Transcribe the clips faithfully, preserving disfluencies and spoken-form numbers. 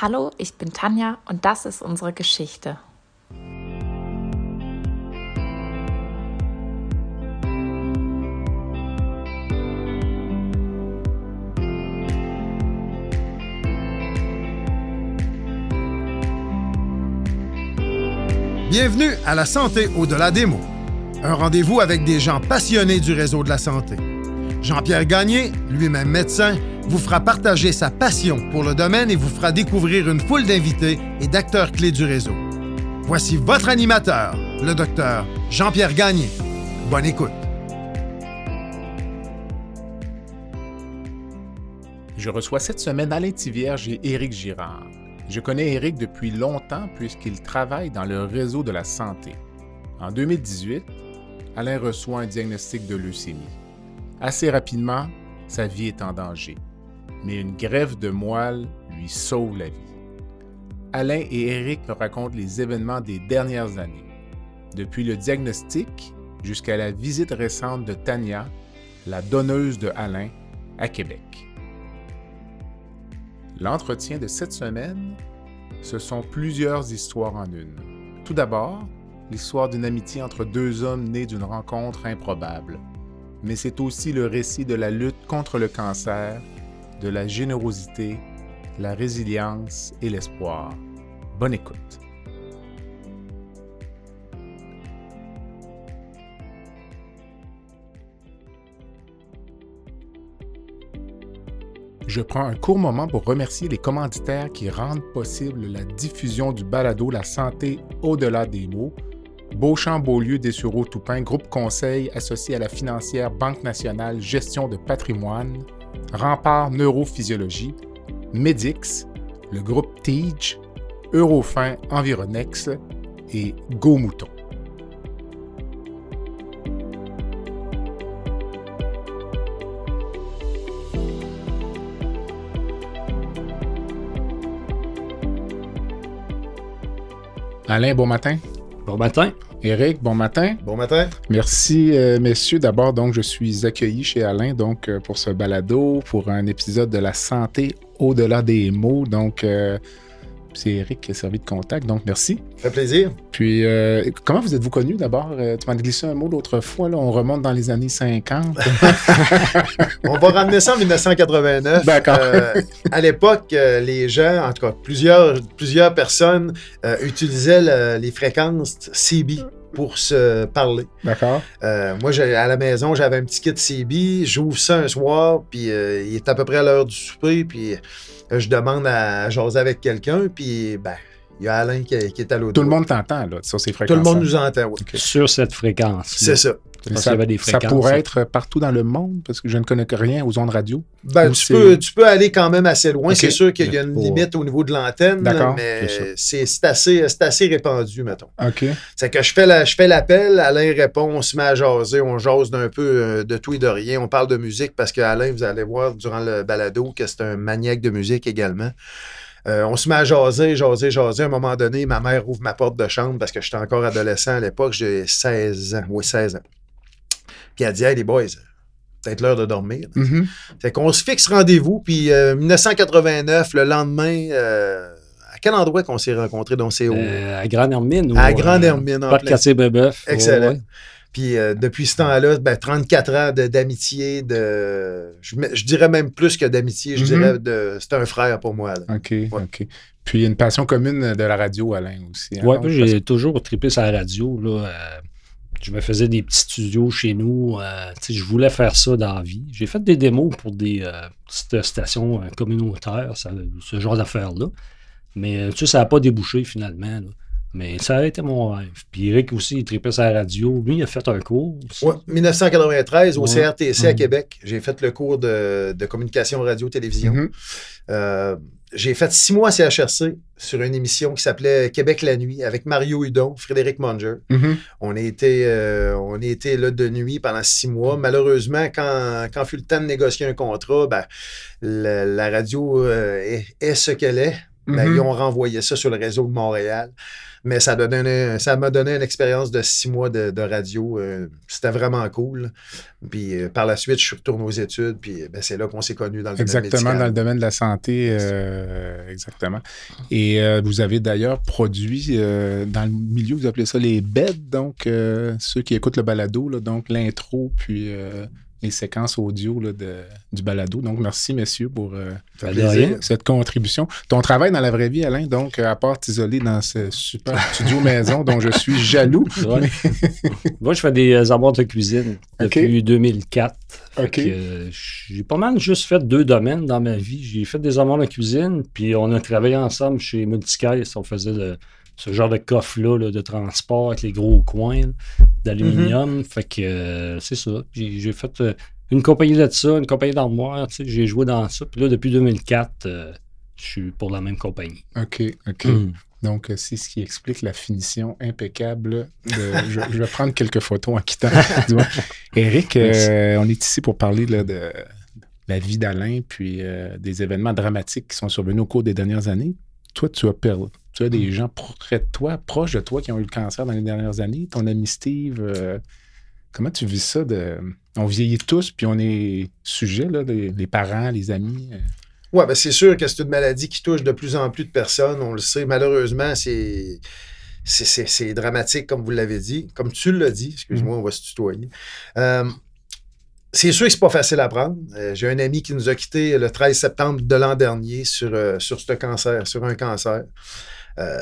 Hallo, ich bin Tanja und das ist unsere Geschichte. Bienvenue à La Santé au-delà des mots. Un rendez-vous avec des gens passionnés du réseau de la santé. Jean-Pierre Gagné, lui-même médecin, vous fera partager sa passion pour le domaine et vous fera découvrir une foule d'invités et d'acteurs clés du réseau. Voici votre animateur, le docteur Jean-Pierre Gagné. Bonne écoute. Je reçois cette semaine Alain Thivierge et Éric Girard. Je connais Éric depuis longtemps puisqu'il travaille dans le réseau de la santé. En deux mille dix-huit, Alain reçoit un diagnostic de leucémie. Assez rapidement, sa vie est en danger. Mais une greffe de moelle lui sauve la vie. Alain et Éric me racontent les événements des dernières années, depuis le diagnostic jusqu'à la visite récente de Tania, la donneuse de Alain, à Québec. L'entretien de cette semaine, ce sont plusieurs histoires en une. Tout d'abord, l'histoire d'une amitié entre deux hommes nés d'une rencontre improbable. Mais c'est aussi le récit de la lutte contre le cancer, de la générosité, la résilience et l'espoir. Bonne écoute. Je prends un court moment pour remercier les commanditaires qui rendent possible la diffusion du balado La santé au-delà des mots, Beauchamp-Beaulieu Dessureau-Toupin, groupe conseil associé à la financière Banque nationale gestion de patrimoine, Rempart Neurophysiologie, Medix, le groupe Tige, Eurofin Environex et Go Mouton. Alain, bon matin. Bon matin. Éric, bon matin. Bon matin. Merci, euh, messieurs. D'abord, donc, je suis accueilli chez Alain donc, euh, pour ce balado, pour un épisode de La santé au-delà des mots. Donc, euh, c'est Éric qui a servi de contact, donc merci. Ça fait plaisir. Puis, euh, comment vous êtes-vous connus d'abord? Euh, tu m'as glissé un mot l'autre fois, là, on remonte dans les années cinquante. On va ramener ça en dix-neuf cent quatre-vingt-neuf. D'accord. Euh, à l'époque, euh, les gens, en tout cas plusieurs, plusieurs personnes euh, utilisaient le, les fréquences C B pour se parler. D'accord. Euh, moi, j'ai, à la maison, j'avais un petit kit C B. J'ouvre ça un soir, puis euh, il est à peu près à l'heure du souper, puis euh, je demande à jaser avec quelqu'un, puis ben, il y a Alain qui, qui est à l'autre. Tout le monde t'entend, là, sur ces fréquences. Tout le monde nous entend, oui. Okay. Sur cette fréquence. C'est ça. Ça, ça pourrait être partout dans le monde, parce que je ne connais que rien aux ondes radio. Ben, tu, peux, tu peux aller quand même assez loin. Okay. C'est sûr qu'il y a une pour... limite au niveau de l'antenne, là, mais c'est, c'est, assez, c'est assez répandu, mettons. OK. C'est que je fais, la, je fais l'appel, Alain répond, on se met à jaser, on jase d'un peu de tout et de rien. On parle de musique parce qu'Alain, vous allez voir durant le balado que c'est un maniaque de musique également. Euh, on se met à jaser, jaser, jaser. À un moment donné, ma mère ouvre ma porte de chambre parce que j'étais encore adolescent à l'époque. J'ai seize ans. Oui, seize ans. Puis elle dit « Hey, les boys, peut-être l'heure de dormir. Mm-hmm. » Fait qu'on se fixe rendez-vous. Puis euh, dix-neuf cent quatre-vingt-neuf, le lendemain, euh, à quel endroit qu'on s'est rencontrés? Donc, c'est au... Euh, à Grande-Hermine. À Grande-Hermine, euh, en Parc Cartier-Brébeuf. Excellent. Ouais, ouais. Puis euh, depuis ce temps-là, ben, trente-quatre ans de, d'amitié, de, je, je dirais même plus que d'amitié, je mm-hmm. dirais de, c'est un frère pour moi. Là. OK, ouais. OK. Puis une passion commune de la radio, Alain, aussi. Hein, oui, donc, j'ai que... toujours trippé sur la radio. Là, euh, je me faisais des petits studios chez nous. Euh, je voulais faire ça dans la vie. J'ai fait des démos pour des euh, petites stations euh, communautaires, ça, ce genre d'affaires-là. Mais tu sais, ça n'a pas débouché finalement. Là. Mais ça a été mon rêve. Puis Éric aussi, il tripait sur la radio. Lui, il a fait un cours. Oui, dix-neuf cent quatre-vingt-treize au ouais. C R T C mmh. à Québec. J'ai fait le cours de, de communication radio-télévision. Mmh. Euh, j'ai fait six mois à C H R C sur une émission qui s'appelait Québec la nuit avec Mario Hudon, Frédéric Munger. Mmh. On a été, euh, on a été là de nuit pendant six mois. Malheureusement, quand, quand fut le temps de négocier un contrat, ben, la, la radio euh, est, est ce qu'elle est. Mais Mhm. ils ont renvoyé ça sur le réseau de Montréal. Mais ça, donnait, ça m'a donné une expérience de six mois de, de radio. Euh, c'était vraiment cool. Puis euh, par la suite, je suis retourné aux études. Puis ben, c'est là qu'on s'est connus dans le domaine Exactement, médical. dans le domaine de la santé. Euh, exactement. Et euh, vous avez d'ailleurs produit euh, dans le milieu, vous appelez ça les beds, donc euh, ceux qui écoutent le balado, là, donc l'intro, puis euh, les séquences audio là, de, du balado. Donc, merci, messieurs, pour euh, Ça fait De plaisir. rien. cette contribution. Ton travail dans la vraie vie, Alain, donc, à part t'isoler dans ce super studio maison dont je suis jaloux. Ouais. Moi, je fais des euh, armoires de cuisine depuis OK. deux mille quatre. Fait OK. que, euh, j'ai pas mal juste fait deux domaines dans ma vie. J'ai fait des armoires de cuisine, puis on a travaillé ensemble chez Multicaisse. On faisait le- ce genre de coffre-là là, de transport avec les gros coins là, d'aluminium. Fait que euh, c'est ça. J'ai, j'ai fait euh, une compagnie de ça, une compagnie d'armoires. Tu sais, j'ai joué dans ça. Puis là, depuis deux mille quatre, euh, je suis pour la même compagnie. OK, OK. Mm. Donc, euh, c'est ce qui explique la finition impeccable. De, je, je vais prendre quelques photos en quittant. Dis-moi. Éric, euh, on est ici pour parler là, de la vie d'Alain, puis euh, des événements dramatiques qui sont survenus au cours des dernières années. Toi, tu as perdu. Tu as des gens près de toi, proches de toi, qui ont eu le cancer dans les dernières années. Ton ami Steve, euh, comment tu vis ça? De... On vieillit tous, puis on est sujet, là, les, les parents, les amis. euh. Oui, ben c'est sûr que c'est une maladie qui touche de plus en plus de personnes. On le sait, malheureusement, c'est, c'est, c'est, c'est dramatique, comme vous l'avez dit. Comme tu l'as dit, excuse-moi, on va se tutoyer. Euh, c'est sûr que c'est pas facile à prendre. Euh, j'ai un ami qui nous a quittés le treize septembre de l'an dernier sur, euh, sur ce cancer, sur un cancer. Euh,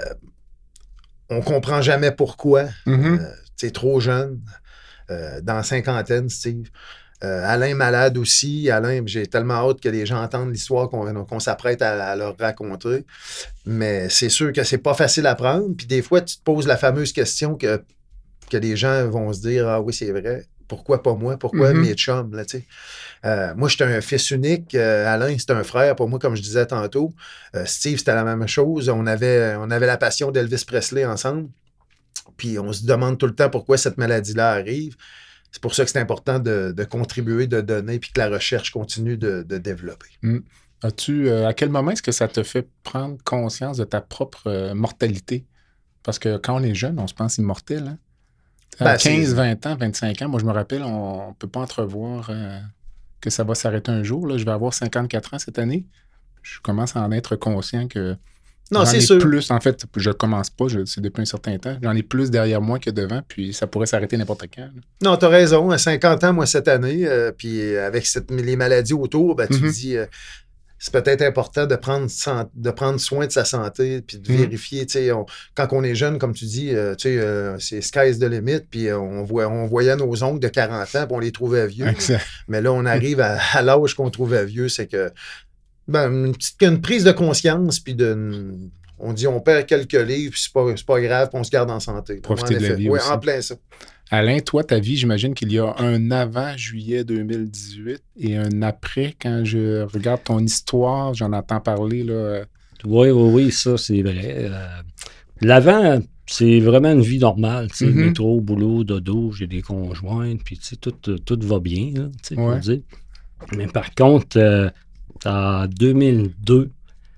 on comprend jamais pourquoi. Mhm. Euh, c'est trop jeune, euh, dans la cinquantaine, Steve. Euh, Alain malade aussi. Alain, j'ai tellement hâte que les gens entendent l'histoire qu'on, qu'on s'apprête à, à leur raconter. Mais c'est sûr que c'est pas facile à prendre. Puis des fois, tu te poses la fameuse question que, que les gens vont se dire « Ah oui, c'est vrai. Pourquoi pas moi? Pourquoi Mhm. mes chums? » Là, tu sais. Euh, moi, j'étais un fils unique. Euh, Alain, c'était un frère pour moi, comme je disais tantôt. Euh, Steve, c'était la même chose. On avait, on avait la passion d'Elvis Presley ensemble. Puis on se demande tout le temps pourquoi cette maladie-là arrive. C'est pour ça que c'est important de, de contribuer, de donner, puis que la recherche continue de, de développer. Mm. As-tu, euh, à quel moment est-ce que ça te fait prendre conscience de ta propre euh, mortalité? Parce que quand on est jeune, on se pense immortel. Hein? À Ben, quinze, c'est- vingt ans, vingt-cinq ans, moi je me rappelle, on ne peut pas entrevoir euh, que ça va s'arrêter un jour. Là. Je vais avoir cinquante-quatre ans cette année. Je commence à en être conscient que Non, j'en c'est ai sûr. plus. En fait, je commence pas, je, c'est depuis un certain temps. J'en ai plus derrière moi que devant, puis ça pourrait s'arrêter n'importe quand. là. Non, tu as raison. À cinquante ans, moi, cette année, euh, puis avec cette, les maladies autour, ben, tu Mhm. te dis, euh, c'est peut-être important de prendre, san- de prendre soin de sa santé, puis de Mhm. vérifier. tu sais, on- quand on est jeune, comme tu dis, euh, tu sais, euh, c'est sky's the limit, puis euh, on, voit, on voyait nos oncles de quarante ans, puis on les trouvait vieux. Exact. Mais là, on arrive à, à l'âge qu'on trouvait vieux, c'est que ben, une, petite, une prise de conscience, puis de. On dit on perd quelques livres, puis c'est pas, c'est pas grave, puis on se garde en santé. Profiter En de la effet. vie Oui, aussi. en plein ça. Alain, toi, ta vie, j'imagine qu'il y a un avant juillet deux mille dix-huit et un après. Quand je regarde ton histoire, j'en entends parler. Là. Oui, oui, oui, ça, c'est vrai. Euh, l'avant, c'est vraiment une vie normale. Tu sais, Mhm. métro, boulot, dodo, j'ai des conjointes, puis tu sais, tout, euh, tout va bien, là, tu sais, pour Ouais. dire. Mais par contre, euh, en deux mille deux,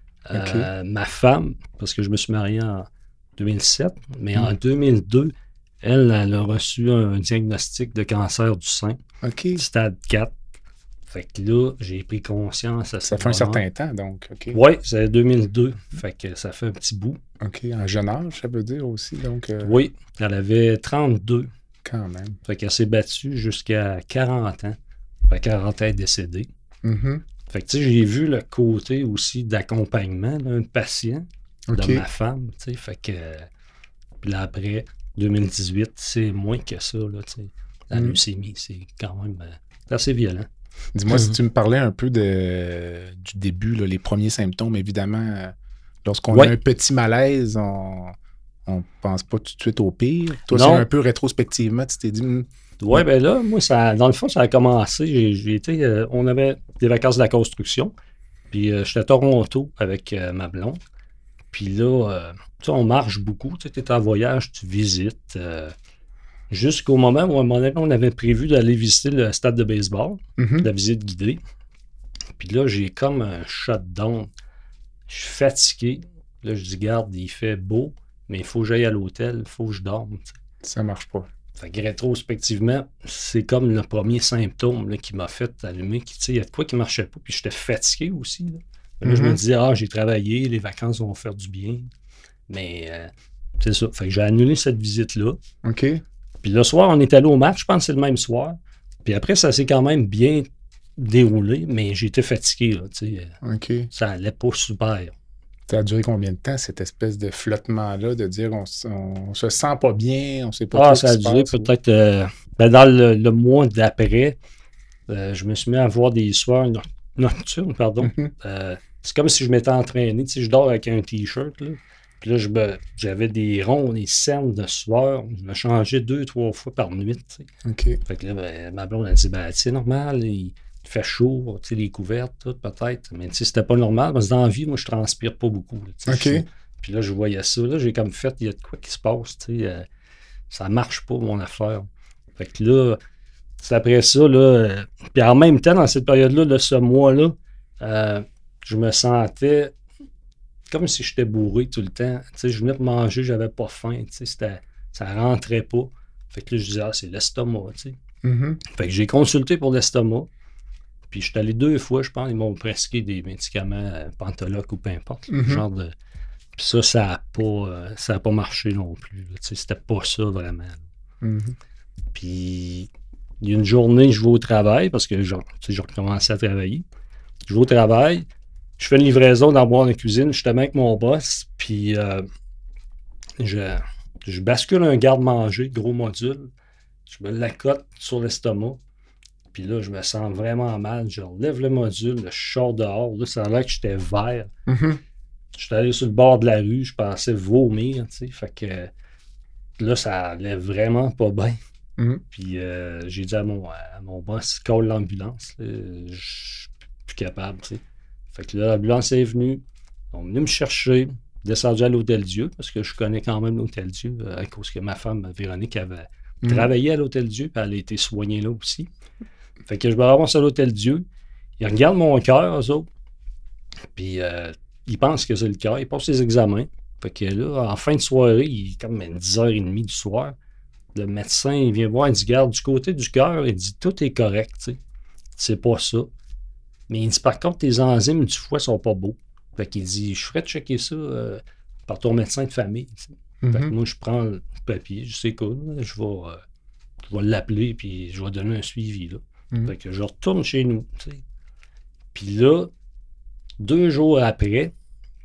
euh, ma femme, parce que je me suis marié en deux mille sept, mais en Mhm. deux mille deux, elle, elle a reçu un diagnostic de cancer du sein, OK. stade quatre. Fait que là, j'ai pris conscience à ce Ça fait un moment. certain temps, donc. OK. Oui, c'est deux mille deux. Fait que ça fait un petit bout. OK. En jeune âge, ça veut dire aussi. Donc, euh, Oui, elle avait trente-deux. quand même. Fait qu'elle s'est battue jusqu'à quarante ans. Fait qu'à quarante ans, elle est décédée. Mhm. Fait que tu sais, j'ai vu le côté aussi d'accompagnement d'un patient, OK. de ma femme, tu sais. Fait que. Puis là, après, deux mille dix-huit, c'est moins que ça, là, tu sais. La Mm. leucémie, c'est quand même euh, c'est assez violent. Dis-moi si Mhm. tu me parlais un peu de, du début, là, les premiers symptômes, évidemment. euh, lorsqu'on Ouais. a un petit malaise, on ne pense pas tout de suite au pire. Toi, Non. c'est un peu rétrospectivement, tu t'es dit. Hum, Ouais, ben là, moi, ça, dans le fond, ça a commencé. J'ai, j'ai été, euh, on avait des vacances de la construction. Puis euh, j'étais à Toronto avec euh, ma blonde. Puis là, euh, tu sais, on marche beaucoup. Tu es en voyage, tu visites. euh, jusqu'au moment où, à un moment donné, on avait prévu d'aller visiter le stade de baseball, mhm. la visite guidée. Puis là, j'ai comme un shutdown. Je suis fatigué. Là, je dis, garde, il fait beau, mais il faut que j'aille à l'hôtel, il faut que je dorme. T'sais. Ça marche pas. Fait que rétrospectivement, c'est comme le premier symptôme là, qui m'a fait allumer. Tu sais, il y a de quoi qui marchait pas, puis j'étais fatigué aussi. Là, là mm-hmm. je me disais, ah, j'ai travaillé, les vacances vont faire du bien. Mais euh, c'est ça. Fait que j'ai annulé cette visite-là. OK. Puis le soir, on est allé au match, je pense que c'est le même soir. Puis après, ça s'est quand même bien déroulé, mais j'étais fatigué. Là, tu sais. OK. Ça allait pas super. Ça a duré combien de temps, cette espèce de flottement-là, de dire on, on, on se sent pas bien, on sait pas ah, trop ça ce a qui se duré passe, peut-être euh, ben dans le, le mois d'après, euh, je me suis mis à avoir des sueurs nocturnes, pardon. Mm-hmm. Euh, c'est comme si je m'étais entraîné. Tu sais, je dors avec un T-shirt, là. Puis là, je me, j'avais des ronds, des cernes de sueur. Je me changeais deux, trois fois par nuit. Tu sais. OK. Fait que là, ben, ma blonde, elle dit, ben, c'est normal, il fait chaud, tu sais, les couvertes, tout, peut-être. Mais tu sais, c'était pas normal, parce que dans la vie, moi, je transpire pas beaucoup. Là, OK. Je, puis là, je voyais ça. Là, j'ai comme fait, il y a de quoi qui se passe, tu sais. Euh, ça marche pas, mon affaire. Fait que là, c'est après ça, là. Euh, puis en même temps, dans cette période-là, de ce mois-là, euh, je me sentais comme si j'étais bourré tout le temps. Tu sais, je venais de manger, j'avais pas faim, tu sais, c'était, ça rentrait pas. Fait que là, je disais, ah, c'est l'estomac, tu sais. Mm-hmm. Fait que j'ai consulté pour l'estomac. Puis je suis allé deux fois, je pense, ils m'ont prescrit des médicaments euh, Pantoloc ou peu importe. Mm-hmm. Genre de... Puis ça, ça n'a pas, euh, ça a pas marché non plus. Tu sais, c'était pas ça vraiment. Mm-hmm. Puis il y a une journée, je vais au travail parce que genre, tu sais, j'ai recommencé à travailler. Je vais au travail. Je fais une livraison dans le bois de cuisine, justement avec mon boss, puis euh, je, je bascule un garde-manger, gros module, je me l'accote sur l'estomac, puis là, je me sens vraiment mal, je relève le module, je sors dehors, là, ça a l'air que j'étais vert. Mm-hmm. Je suis allé sur le bord de la rue, je pensais vomir, tu sais, fait que là, ça allait vraiment pas bien. Mm-hmm. Puis euh, j'ai dit à mon, à mon boss, call l'ambulance, là, je suis plus capable, tu sais. Fait que là, l'ambulance est venue, ils sont venus me chercher, descendu à l'Hôtel-Dieu, parce que je connais quand même l'Hôtel-Dieu, à cause que ma femme, Véronique, avait mmh. travaillé à l'Hôtel-Dieu, puis elle a été soignée là aussi. Fait que je me ramasse à l'Hôtel-Dieu, ils regardent mon cœur, eux autres, puis euh, ils pensent que c'est le cœur, ils passent les examens. Fait que là, en fin de soirée, il est comme dix heures trente du soir, le médecin, il vient voir, il dit, garde, du côté du cœur, il dit, tout est correct, tu sais, c'est pas ça. Mais il dit, par contre, tes enzymes du foie sont pas beaux. Fait qu'il dit, je ferais checker ça euh, par ton médecin de famille. Mm-hmm. Fait que moi, je prends le papier, je sais quoi, je vais, euh, je vais l'appeler, puis je vais donner un suivi, là. Mm-hmm. Fait que je retourne chez nous, tu sais. Puis là, deux jours après,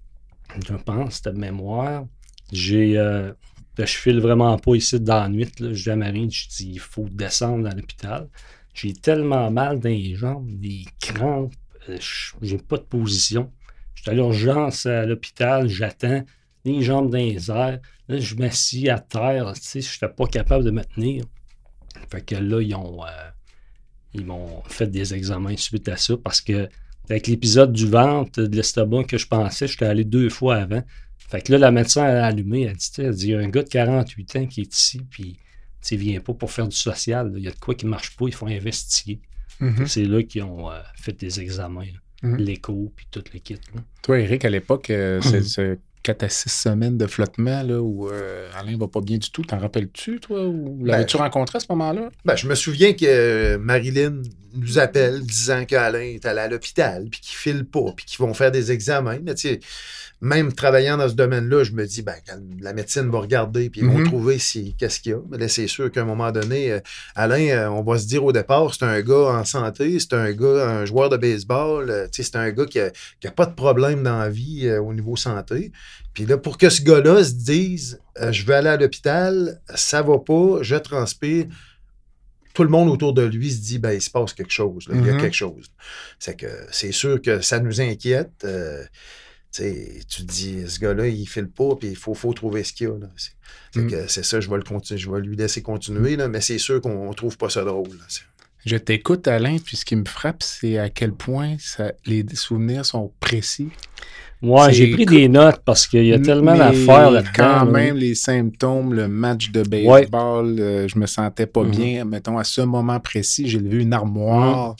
je pense, de mémoire, j'ai, euh, je file vraiment pas ici dans la nuit, là. Je dis à Marine, je dis, il faut descendre à l'hôpital. J'ai tellement mal dans les jambes, des crampes, euh, j'ai pas de position. Je suis à l'urgence à l'hôpital, j'attends, les jambes dans les airs. Là, je m'assis à terre, tu sais, je n'étais pas capable de me tenir. Fait que là, ils ont euh, ils m'ont fait des examens suite à ça parce que avec l'épisode du ventre, de l'estomac que je pensais, j'étais allé deux fois avant. Fait que là, la médecin elle a allumé, elle dit, elle dit, il y a un gars de quarante-huit ans qui est ici, puis tu sais, il vient pas pour faire du social. Il y a de quoi qui marche pas, il faut investiguer. Mm-hmm. C'est là qu'ils ont euh, fait des examens. Mm-hmm. L'écho, puis tout le kit. Là. Toi, Éric, à l'époque, euh, c'est, c'est quatre à six semaines de flottement là, où euh, Alain va pas bien du tout. T'en rappelles-tu, toi? Ou l'avais-tu ben, rencontré à ce moment-là? Ben, je me souviens que Marilyn nous appelle disant qu'Alain est allé à l'hôpital, puis qu'il file pas, puis qu'ils vont faire des examens. Mais tu sais, même travaillant dans ce domaine-là, je me dis, ben, la médecine va regarder, puis ils vont mm-hmm. trouver si, qu'est-ce qu'il y a. Mais là, c'est sûr qu'à un moment donné, euh, Alain, euh, on va se dire au départ, c'est un gars en santé, c'est un gars, un joueur de baseball, euh, c'est un gars qui a, qui a pas de problème dans la vie euh, au niveau santé. Puis là, pour que ce gars-là se dise, euh, je vais aller à l'hôpital, ça va pas, je transpire, tout le monde autour de lui se dit, ben, il se passe quelque chose, là, mm-hmm. il y a quelque chose. C'est que c'est sûr que ça nous inquiète. Euh, T'sais, tu te dis, ce gars-là, il file pas, puis il faut, faut trouver ce qu'il y a. Là. C'est, c'est, mm. que c'est ça, je vais, le continu- je vais lui laisser continuer, là, mais c'est sûr qu'on trouve pas ça drôle. Là. Je t'écoute, Alain, puis ce qui me frappe, c'est à quel point ça, les souvenirs sont précis. Ouais, c'est j'ai pris co- des notes parce qu'il y a tellement d'affaires là-dedans. Quand là. même, les symptômes, le match de baseball, ouais. euh, je me sentais pas mm-hmm. bien. Mettons, à ce moment précis, j'ai levé une armoire.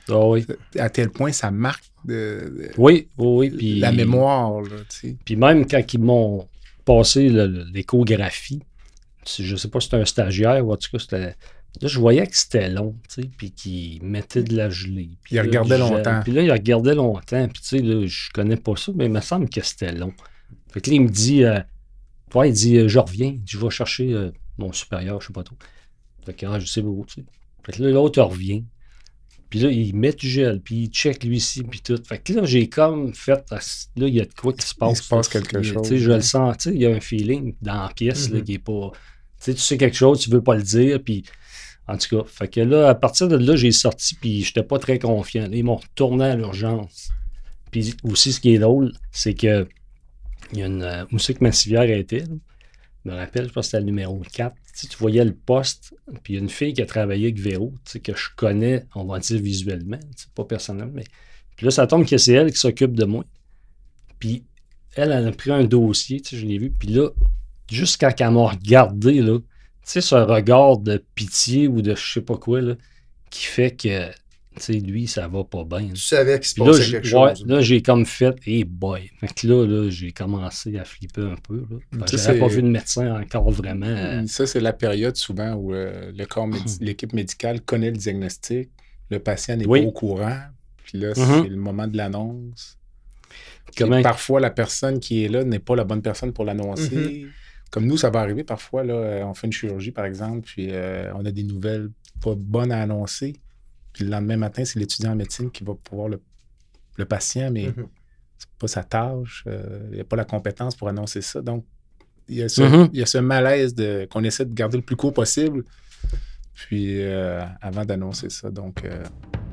Ah oui. À tel point, ça marque de, de, oui, oui, oui. Puis, la mémoire. Là, puis même quand ils m'ont passé le, le, l'échographie, je sais pas si c'était un stagiaire ou en tout cas, c'était... Là, je voyais que c'était long, tu sais, puis qu'il mettait de la gelée. Puis il regardait longtemps. Puis là, il regardait longtemps. Puis tu sais, là, je connais pas ça, mais il me semble que c'était long. Fait que là, il me dit, euh, ouais, il dit, euh, je reviens, je vais chercher euh, mon supérieur, je sais pas trop. Fait que, ah, je sais pas où, tu sais. Fait que là, l'autre, il revient. Puis là, il met du gel, puis il check lui ici, puis tout. Fait que là, j'ai comme fait, là, il y a de quoi qui se passe. Il se passe là, quelque chose. Tu sais, je le sens, tu sais, il y a un feeling dans la pièce, mm-hmm. là, qui est pas... Tu sais, tu sais quelque chose, tu veux pas le dire, puis... En tout cas, fait que là, à partir de là, j'ai sorti, puis j'étais pas très confiant. Là, ils m'ont retourné à l'urgence. Puis aussi, ce qui est drôle, c'est que il y a une... Euh, où c'est que ma civière était, là? Je me rappelle, je pense que c'était le numéro quatre. Tu sais, tu voyais le poste, puis il y a une fille qui a travaillé avec Véro, tu sais, que je connais, on va dire visuellement, pas personnellement, mais... Puis là, ça tombe que c'est elle qui s'occupe de moi. Puis elle, elle a pris un dossier, tu sais, je l'ai vu, puis là, juste quand elle m'a regardé, là, tu sais, ce regard de pitié ou de je sais pas quoi, là, qui fait que, tu sais, lui, ça va pas bien. Tu savais qu'il se puis passait là, quelque ouais, chose. Là, j'ai comme fait, hey boy. Fait que là, là j'ai commencé à flipper un peu. Là. Ça, j'avais c'est... pas vu de médecin encore vraiment. Euh... Ça, c'est la période souvent où euh, le corps médi- l'équipe médicale connaît le diagnostic, le patient n'est oui. pas au courant, puis là, mm-hmm. c'est le moment de l'annonce. Comment... Parfois, la personne qui est là n'est pas la bonne personne pour l'annoncer. Mm-hmm. Comme nous, ça va arriver parfois, là, on fait une chirurgie, par exemple, puis euh, on a des nouvelles pas bonnes à annoncer. Puis le lendemain matin, c'est l'étudiant en médecine qui va pouvoir le, le patient, mais mm-hmm. c'est pas sa tâche. Euh, il n'y a pas la compétence pour annoncer ça. Donc, il y a ce, mm-hmm. il y a ce malaise de, qu'on essaie de garder le plus court possible, puis euh, avant d'annoncer ça. Donc... Euh...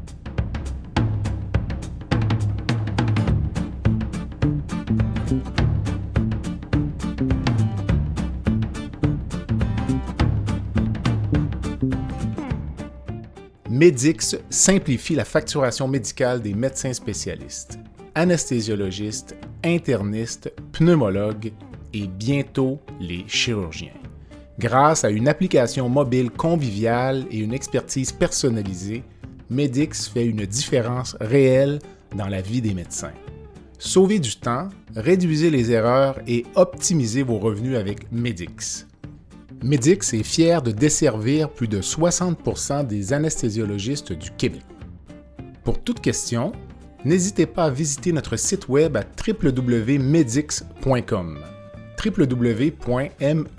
Medix simplifie la facturation médicale des médecins spécialistes, anesthésiologistes, internistes, pneumologues et bientôt les chirurgiens. Grâce à une application mobile conviviale et une expertise personnalisée, Medix fait une différence réelle dans la vie des médecins. Sauvez du temps, réduisez les erreurs et optimisez vos revenus avec Medix. Medix est fier de desservir plus de soixante pour cent des anesthésiologistes du Québec. Pour toute question, n'hésitez pas à visiter notre site web à w w w point medix point com w w w point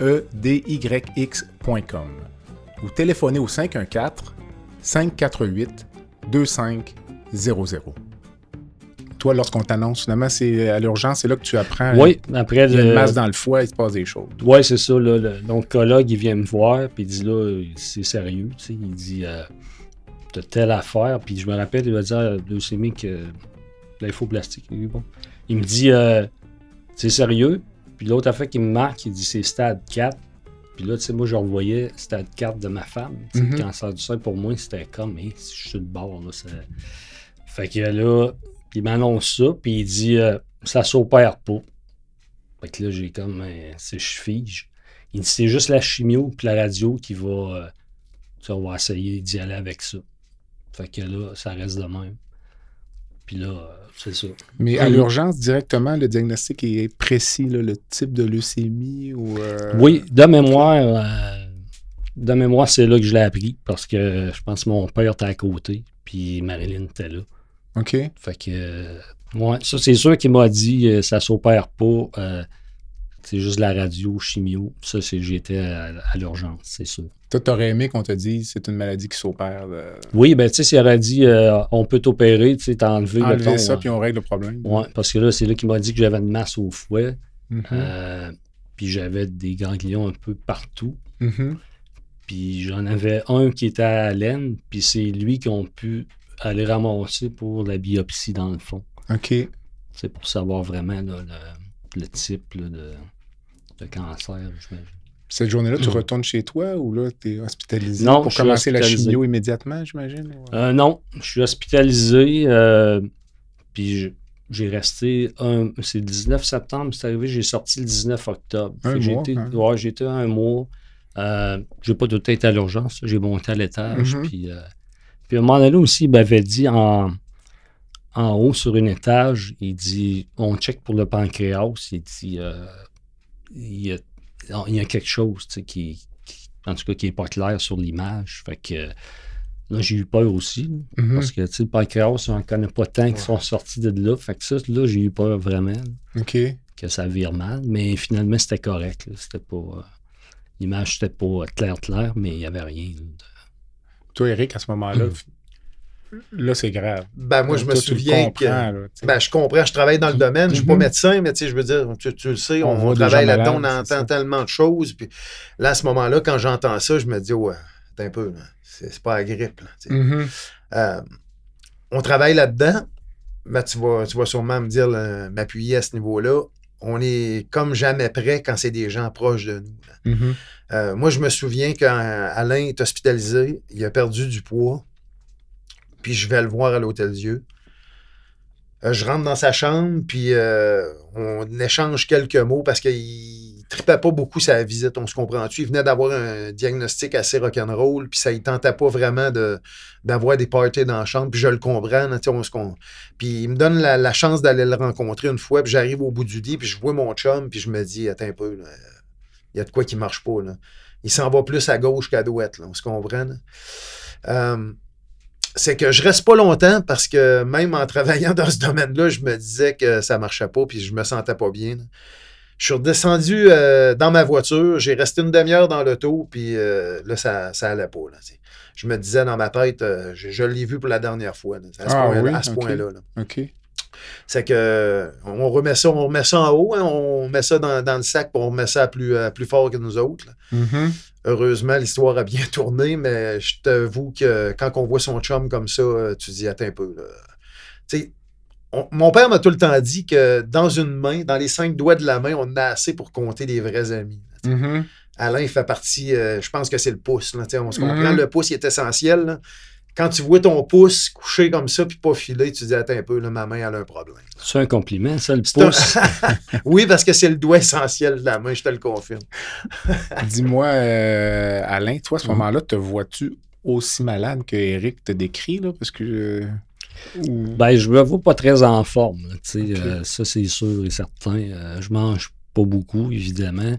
medyx point com ou téléphonez au cinq un quatre, cinq quatre huit, deux cinq zéro zéro. Toi, lorsqu'on t'annonce, finalement, c'est à l'urgence, c'est là que tu apprends. Oui, après... Il y a une masse dans le foie, il se passe des choses. Oui, c'est ça. Là, le, l'oncologue, il vient me voir, puis il dit, là, c'est sérieux, tu sais. Il dit, euh, t'as telle affaire. Puis je me rappelle, il va dire, leucémique, euh, lymphoblastique. Il, bon. il me dit, euh, c'est sérieux. Puis l'autre affaire qui me marque, il dit, c'est stade quatre. Puis là, tu sais, moi, je revoyais stade quatre de ma femme. Tu sais, mm-hmm. Le cancer du sein, pour moi, c'était comme, hey, je suis sur le bord, là. Ça... Fait que là... Il m'annonce ça, puis il dit euh, ça s'opère pas. Fait que là, j'ai comme euh, c'est je fige. Il dit c'est juste la chimio puis la radio qui va. Euh, tu sais, on va essayer d'y aller avec ça. Fait que là, ça reste de même. Puis là, euh, c'est ça. Mais à l'urgence, directement, le diagnostic est précis, là, le type de leucémie ou. Euh... Oui, de mémoire. Euh, de mémoire, c'est là que je l'ai appris parce que je pense que mon père était à côté, puis Marilyn était là. OK. Fait que, euh, ouais, ça, c'est sûr qu'il m'a dit, euh, ça s'opère pas, euh, c'est juste la radio, chimio. Ça, c'est j'étais à, à l'urgence, c'est sûr. Toi, t'aurais aimé qu'on te dise, c'est une maladie qui s'opère. De... Oui, ben, tu sais, s'il aurait dit, euh, on peut t'opérer, tu sais, t'as enlevé le ton. ça, euh, puis on règle le problème. Oui, parce que là, c'est là qu'il m'a dit que j'avais une masse au fouet, mm-hmm. euh, puis j'avais des ganglions un peu partout. Mm-hmm. Puis j'en avais un qui était à l'aine, puis c'est lui qui ont pu aller ramasser pour la biopsie dans le fond. OK. C'est pour savoir vraiment là, le, le type là, de, de cancer, j'imagine. Cette journée-là, tu mmh. retournes chez toi ou là, tu es hospitalisé non, pour commencer la chimio immédiatement, j'imagine? Ou... Euh, non, je suis hospitalisé. Euh, puis j'ai resté un. C'est le dix-neuf septembre, c'est arrivé, j'ai sorti le dix-neuf octobre. Un mois? J'ai été, hein? ouais, j'ai été un mois. Euh, j'ai pas tout été à l'urgence, j'ai monté à l'étage. Mmh. Puis. Euh, Puis à un moment donné aussi, il m'avait dit en, en haut sur un étage, il dit on check pour le pancréas. Il dit euh, il, y a, il y a quelque chose tu sais, qui, qui, en tout cas, qui n'est pas clair sur l'image. Fait que là, j'ai eu peur aussi. Là, Mm-hmm. Parce que tu sais, le pancréas, on ne connaît pas tant qui Ouais. sont sortis de là. Fait que ça, là, j'ai eu peur vraiment là, OK. que ça vire mal. Mais finalement, c'était correct. Là. C'était pas. Euh, l'image, c'était pas clair-clair, mais il n'y avait rien. Là, de... Toi, Éric, à ce moment-là, Mm. là, c'est grave. Ben, moi, je me Toi, tu le souviens que. comprends, là, tu sais. Ben, je comprends, je travaille dans le domaine, je ne suis pas Mhm. médecin, mais tu sais, je veux dire, tu, tu le sais, On on, voit des travaille gens là-dedans, on malades, c'est entend ça. tellement de choses. Puis là, à ce moment-là, quand j'entends ça, je me dis, ouais, attends un peu, là, c'est, c'est pas la grippe. Là, tu sais. Mhm. Euh, on travaille là-dedans, ben, tu, vas, tu vas sûrement me dire, là, m'appuyer à ce niveau-là. On est comme jamais prêt quand c'est des gens proches de nous. Là. Mhm. Euh, moi, je me souviens quand Alain est hospitalisé, il a perdu du poids, puis je vais le voir à l'Hôtel-Dieu. Euh, je rentre dans sa chambre, puis euh, on échange quelques mots parce qu'il ne tripait pas beaucoup sa visite, on se comprend-tu. Il venait d'avoir un diagnostic assez rock'n'roll, puis ça ne tentait pas vraiment de, d'avoir des parties dans la chambre, puis je le comprends. Là, on se con... Puis il me donne la, la chance d'aller le rencontrer une fois, puis j'arrive au bout du lit, puis je vois mon chum, puis je me dis, attends un peu, là, il y a de quoi qui ne marche pas. Là. Il s'en va plus à gauche qu'à droite, là, on se comprend. Là. Euh, c'est que je reste pas longtemps parce que même en travaillant dans ce domaine-là, je me disais que ça marchait pas puis je me sentais pas bien. Là. Je suis redescendu euh, dans ma voiture, j'ai resté une demi-heure dans l'auto puis euh, là, ça, ça allait pas. Là, je me disais dans ma tête, euh, je, je l'ai vu pour la dernière fois, là, à ce Ah point-là. oui, À ce ok. point-là là. OK. C'est que on remet ça, on remet ça en haut, hein, on met ça dans, dans le sac pour on remet ça à plus, à plus fort que nous autres. Là. Mhm. Heureusement, l'histoire a bien tourné, mais je t'avoue que quand on voit son chum comme ça, tu dis, attends un peu. Là. Tu sais, on- mon père m'a tout le temps dit que dans une main, dans les cinq doigts de la main, on en a assez pour compter des vrais amis. Là, Mhm. Alain fait partie, euh, je pense que c'est le pouce. Là, on se comprend, Mhm. le pouce il est essentiel. Là. Quand tu vois ton pouce couché comme ça puis pas filé, tu dis, attends un peu, là, ma main elle a un problème. C'est un compliment, ça, le C'est un- pouce. Oui, parce que c'est le doigt essentiel de la main, je te le confirme. Dis-moi, euh, Alain, toi, à ce Mhm. moment-là, te vois-tu aussi malade que Éric te décrit, là? Parce que... euh, ou- Ben, je me vois pas très en forme. Là, tu sais, Ok. euh, ça, c'est sûr et certain. Euh, je mange pas beaucoup, évidemment.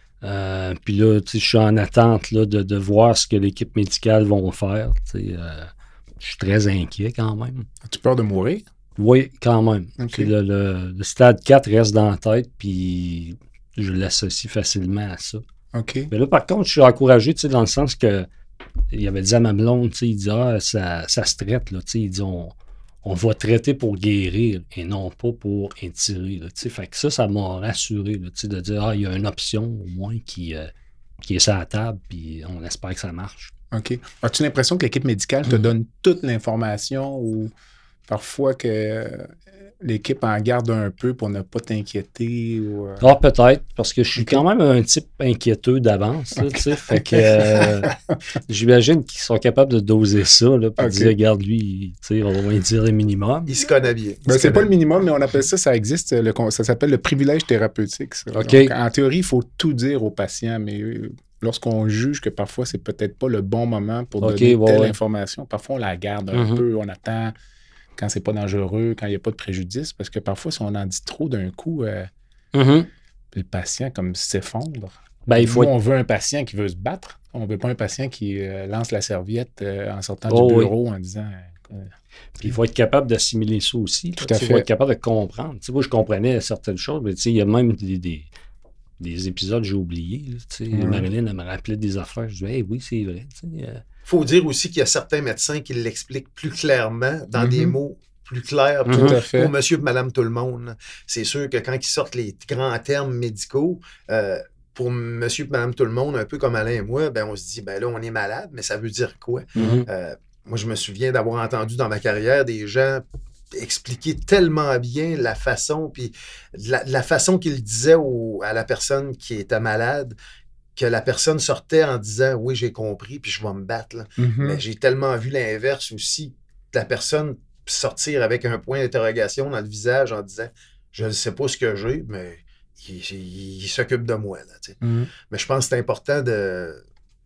Euh, Puis là, tu sais, je suis en attente là, de, de voir ce que l'équipe médicale va faire. Tu sais, euh, je suis très inquiet quand même. As-tu peur de mourir? Oui, quand même. Ok. Tu sais, Le, le- le stade quatre reste dans la tête, puis je l'associe facilement à ça. OK. Mais là, par contre, je suis encouragé, tu sais, dans le sens que il avait dit à ma blonde, tu sais, il dit, ah, ça, ça se traite, là, tu sais, il dit, on, on va traiter pour guérir et non pas pour étirer, là, tu sais. Fait que ça, ça m'a rassuré, là, tu sais, de dire, ah, il y a une option, au moins, qui, euh, qui est sur la table, puis on espère que ça marche. OK. As-tu l'impression que l'équipe médicale te Mhm. donne toute l'information ou parfois que euh, l'équipe en garde un peu pour ne pas t'inquiéter? Ou, euh, Ah, peut-être, parce que je suis Ok. quand même un type inquiéteux d'avance, là, Ok. tu sais, fait que euh, j'imagine qu'ils sont capables de doser ça, là, puis Ok. dire, regarde, lui, tu sais, on va lui dire le minimum. Il se connaît bien. Il Ben, se c'est pas connaît le minimum, mais on appelle ça, ça existe, le con- ça s'appelle le privilège thérapeutique. ça. OK. Donc, en théorie, il faut tout dire aux patients, mais euh, lorsqu'on juge que parfois, c'est peut-être pas le bon moment pour OK, donner ouais, telle ouais. information, parfois, on la garde un Mhm. peu, on attend quand c'est pas dangereux, quand il n'y a pas de préjudice, parce que parfois, si on en dit trop d'un coup, euh, Mhm. le patient comme s'effondre. Ben, il faut Nous, être- on veut un patient qui veut se battre. On veut pas un patient qui euh, lance la serviette euh, en sortant Oh, du oui. bureau en disant... euh, Puis il faut être capable d'assimiler ça aussi. Tout là. à Tu sais, Il fait. faut être capable de comprendre. Tu sais, moi, je comprenais certaines choses, mais tu sais, il y a même des, des, des épisodes que j'ai oubliés. là. Tu sais, Mhm. Marilyn, elle me rappelait des affaires. Je disais, hey, oui, c'est vrai. Tu sais, euh, Il faut dire aussi qu'il y a certains médecins qui l'expliquent plus clairement, dans Mhm. des mots plus clairs pour, Mhm. Tout à fait. pour monsieur et madame tout le monde. là. C'est sûr que quand ils sortent les grands termes médicaux, euh, pour monsieur et madame tout le monde, un peu comme Alain et moi, ben on se dit, ben là, on est malade, mais ça veut dire quoi? mhm. Euh, moi, je me souviens d'avoir entendu dans ma carrière des gens expliquer tellement bien la façon, puis la, la façon qu'ils disaient au- à la personne qui était malade, que la personne sortait en disant, oui, j'ai compris, puis je vais me battre. là. Mhm. Mais j'ai tellement vu l'inverse aussi, de la personne sortir avec un point d'interrogation dans le visage en disant, je ne sais pas ce que j'ai, mais il, il- il s'occupe de moi. Là, tu sais. Mhm. Mais je pense que c'est important de,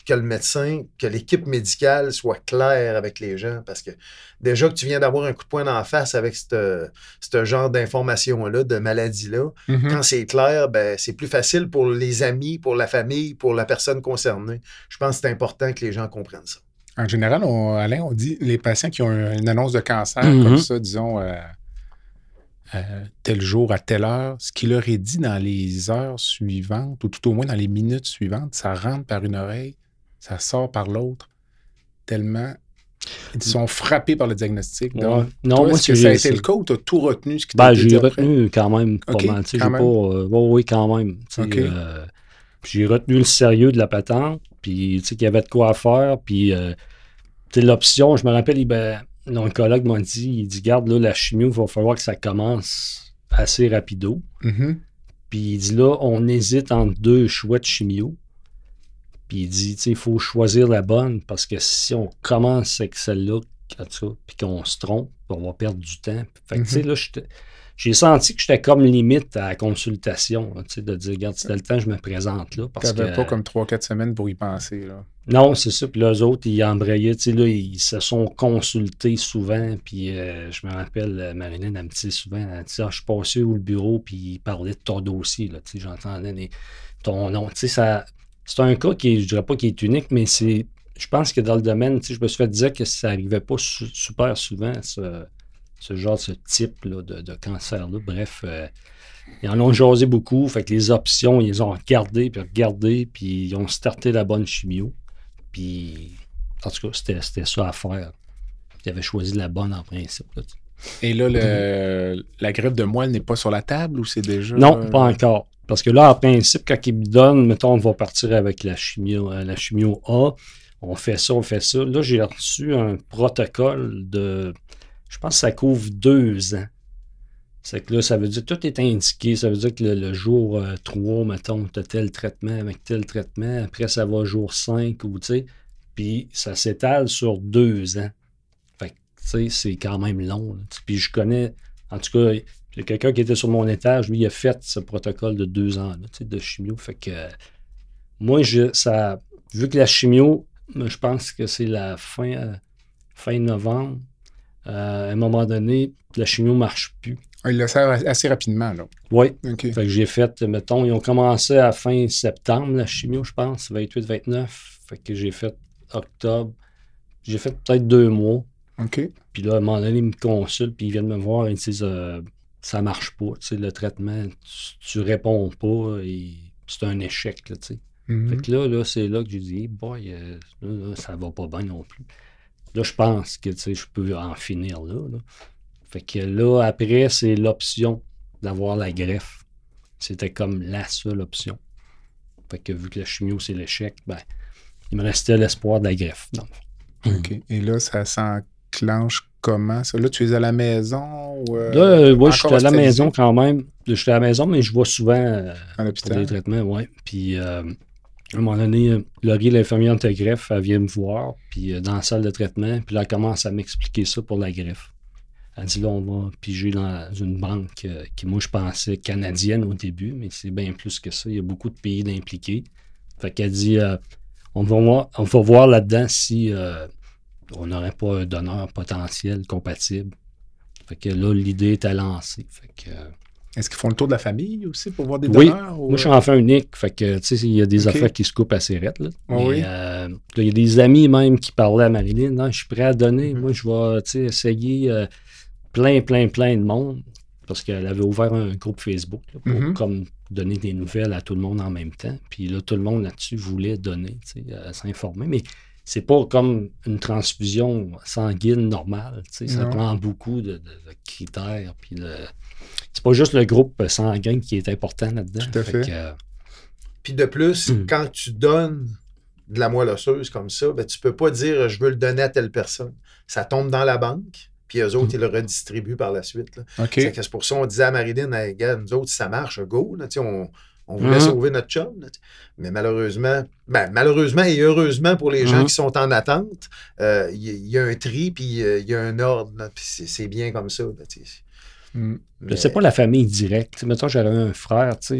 que le médecin, que l'équipe médicale soit claire avec les gens, parce que déjà que tu viens d'avoir un coup de poing dans la face avec ce genre d'informations-là, de maladie-là, Mm-hmm. quand c'est clair, ben, c'est plus facile pour les amis, pour la famille, pour la personne concernée. Je pense que c'est important que les gens comprennent ça. En général, on, Alain, on dit les patients qui ont une annonce de cancer Mm-hmm. comme ça, disons, euh, euh, tel jour à telle heure, ce qu'il leur est dit dans les heures suivantes, ou tout au moins dans les minutes suivantes, ça rentre par une oreille, ça sort par l'autre, tellement ils sont frappés par le diagnostic. Donc, Ouais. Non, toi, moi, est-ce que c'est ça a j'ai- été le cas ou tu as tout retenu ce qui t'a Ben, été j'ai dit après? retenu quand même pas Ok, mal. Tu sais, quand j'ai même. pas. euh, ouais, oui, quand même. Tu sais, Ok. euh, j'ai retenu le sérieux de la patente, puis tu sais, qu'il y avait de quoi faire, puis euh, tu sais, l'option, je me rappelle, il, ben, l'oncologue m'a dit, il dit, garde là, la chimio, il va falloir que ça commence assez rapido. Mhm. Puis il dit là, on hésite entre deux choix de chimio. Puis il dit, tu sais, il faut choisir la bonne parce que si on commence avec celle-là, en tout cas, puis qu'on se trompe, on va perdre du temps. Fait que, tu sais, Mhm. là, j'étais- j'ai senti que j'étais comme limite à la consultation, là, tu sais, de dire, regarde, si t'as le temps, je me présente là. Parce T'avais que, pas comme trois quatre semaines pour y penser, là. Non, c'est ça. Puis les autres, ils embrayaient. Tu sais, là, ils se sont consultés souvent. Puis euh, je me rappelle, euh, Marilyn, elle me disait souvent, elle dit, ah, je suis passé au bureau, puis il parlait de ton dossier. Là, tu sais, j'entendais les- ton nom. Tu sais, ça, c'est un cas qui est, je dirais pas qui est unique, mais c'est, je pense que dans le domaine, tu sais, je me suis fait dire que ça arrivait pas su- super souvent, ce, ce genre, ce type là, de, de cancer-là. Bref, euh, ils en ont jasé beaucoup. Fait que les options, ils les ont regardées, puis regardées, puis ils ont starté la bonne chimio. Puis, en tout cas, c'était, c'était ça à faire. Ils avaient choisi la bonne en principe. Là, tu sais. Et là, le, la greffe de moelle n'est pas sur la table ou c'est déjà... Non, pas encore. Parce que là, en principe, quand ils me donnent, mettons, on va partir avec la chimio, euh, la chimio A, on fait ça, on fait ça. Là, j'ai reçu un protocole de, je pense que ça couvre deux ans. C'est que là, ça veut dire, tout est indiqué. Ça veut dire que le, le jour euh, trois, mettons, tu as tel traitement avec tel traitement. Après, ça va jour cinq ou, tu sais. Puis, ça s'étale sur deux ans. Fait que, tu sais, c'est quand même long. Là. Puis, je connais, en tout cas, il y a quelqu'un qui était sur mon étage, lui, il a fait ce protocole de deux ans, là, tu sais, de chimio. Fait que, euh, moi, je, ça, vu que la chimio, je pense que c'est la fin, euh, fin novembre, euh, à un moment donné, la chimio ne marche plus. Ah, il le sert assez rapidement, là. Oui. OK. Fait que j'ai fait, mettons, ils ont commencé à fin septembre, la chimio, je pense, vingt-huit vingt-neuf. Fait que j'ai fait octobre. J'ai fait peut-être deux mois. OK. Puis là, à un moment donné, ils me consultent, puis ils viennent me voir, ils disent, euh, ça marche pas, tu sais, le traitement, tu, tu réponds pas, et c'est un échec, là, tu sais. Mhm. Fait que là, là, c'est là que j'ai dit, hey boy, euh, là, là, ça va pas bien non plus. Là, je pense que, tu sais, je peux en finir là, là. Fait que là, après, c'est l'option d'avoir la greffe. C'était comme la seule option. Fait que vu que la chimio, c'est l'échec, ben, il me restait l'espoir de la greffe. Non. OK. Et là, ça s'enclenche comment, ça? Là, tu es à la maison ou... euh, Là, euh, ouais, encore je suis à la hospitalisé? maison quand même. Je suis à la maison, mais je vais souvent euh, À pour l'hôpital? des traitements, ouais. Puis, euh, à un moment donné, euh, Laurie, l'infirmière de greffe, elle vient me voir, puis euh, dans la salle de traitement, puis là, elle commence à m'expliquer ça pour la greffe. Elle dit là, on va piger dans une banque euh, qui, moi, je pensais canadienne au début, mais c'est bien plus que ça. Il y a beaucoup de pays impliqués. Fait qu'elle dit, euh, on, va voir, on va voir là-dedans si euh, on n'aurait pas un donneur potentiel compatible. Fait que là, l'idée est à lancer. Fait que, euh, Est-ce qu'ils font le tour de la famille aussi pour voir des oui, donneurs? ou- moi, je suis enfant unique. Fait que, tu sais, il y a des Ok. affaires qui se coupent assez raides, là. Ah Mais, oui? euh, là, il y a des amis même qui parlaient à Marilyn. Non, je suis prêt à donner. Mhm. Moi, je vais, tu sais, essayer euh, plein, plein, plein de monde. Parce qu'elle avait ouvert un groupe Facebook là, pour Mhm. comme donner des nouvelles à tout le monde en même temps. Puis là, tout le monde là-dessus voulait donner, tu sais, euh, s'informer. Mais c'est pas comme une transfusion sanguine normale. Tu sais, ça Non. prend beaucoup de, de- de critères. Puis de- c'est pas juste le groupe sanguin qui est important là-dedans. Tout à fait. que, euh, Puis de plus, Mm. quand tu donnes de la moelle osseuse comme ça, ben, tu peux pas dire je veux le donner à telle personne. Ça tombe dans la banque, puis eux autres, Mm. ils le redistribuent par la suite. Là. OK. C'est que c'est pour ça qu'on disait à Marilyn, hey, gars, nous autres, si ça marche, go. Là, tu sais, on, on voulait Mhm. sauver notre chum. Là, tu sais. Mais malheureusement, ben, malheureusement et heureusement pour les gens Mhm. qui sont en attente, euh, il y, il y a un tri, puis euh, il y a un ordre. Là, puis c'est, c'est bien comme ça. Là, tu sais. Mm. Je sais pas la famille directe. Tu sais, mettons, j'avais un frère, tu sais, je,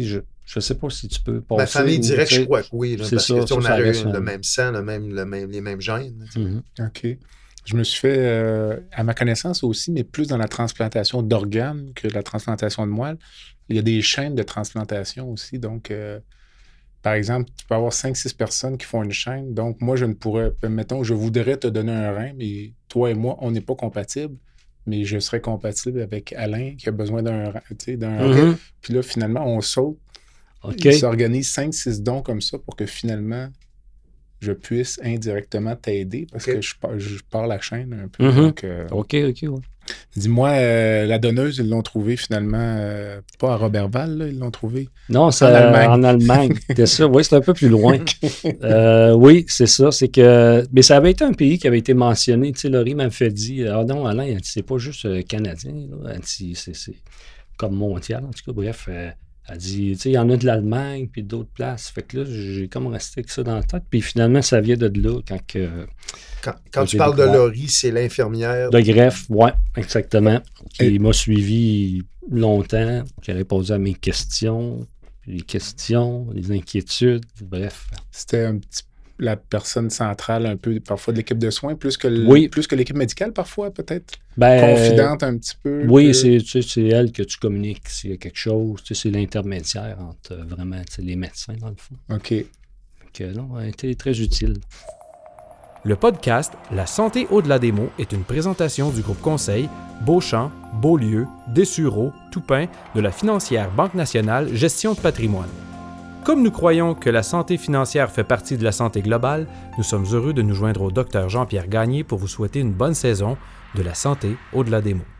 Je sais pas si tu peux passer. Ma famille ou, dirait que tu sais, je crois que oui, là, c'est parce ça, que ça, on ça a eu reste le un- même sang, le même, le même, les mêmes gènes. tu sais. Mhm. OK. Je me suis fait, euh, à ma connaissance aussi, mais plus dans la transplantation d'organes que la transplantation de moelle. Il y a des chaînes de transplantation aussi. Donc, euh, par exemple, tu peux avoir cinq six personnes qui font une chaîne. Donc, moi, je ne pourrais, mettons, je voudrais te donner un rein, mais toi et moi, on n'est pas compatibles. Mais je serais compatible avec Alain qui a besoin d'un rein, tu sais, d'un rein. Mhm. Puis là, finalement, on saute. OK. Il s'organise cinq six dons comme ça pour que finalement, je puisse indirectement t'aider parce OK. que je, pars- je pars la chaîne un peu. Mhm. Donc, euh, OK, OK, ouais. dis-moi, euh, la donneuse, ils l'ont trouvée finalement, euh, pas à Robertval, là, ils l'ont trouvée. Non, c'est En Allemagne. en Allemagne. C'est ça, oui, c'est un peu plus loin. Euh, oui, c'est ça. C'est que. Mais ça avait été un pays qui avait été mentionné. Tu sais, Laurie m'a fait dire ah non, Alain, elle dit, c'est pas juste euh, canadien. Là. Elle dit, c'est, c'est comme mondial, en tout cas. Bref, euh, elle dit, tu sais, il y en a de l'Allemagne puis d'autres places. Fait que là, j'ai comme resté avec ça dans la tête. Puis finalement, ça vient de là quand que. Quand, quand J'ai tu parles de découvert. Laurie, c'est l'infirmière. De greffe, ouais, exactement. Qui Et- m'a suivi longtemps, qui a répondu à mes questions, les questions, les inquiétudes, bref. C'était un petit la personne centrale un peu parfois de l'équipe de soins, plus que, le- Oui. plus que l'équipe médicale parfois, peut-être. Ben, Confidente un petit peu. Oui, que- c'est, tu sais, c'est elle que tu communiques s'il y a quelque chose. Tu sais, c'est l'intermédiaire entre euh, vraiment tu sais, les médecins, dans le fond. OK. Fait que, non, elle a été très utile. Le podcast La santé au-delà des mots est une présentation du groupe conseil Beauchamp, Beaulieu, Dessureau, Toupin de la financière Banque nationale Gestion de patrimoine. Comme nous croyons que la santé financière fait partie de la santé globale, nous sommes heureux de nous joindre au docteur Jean-Pierre Gagné pour vous souhaiter une bonne saison de la santé au-delà des mots.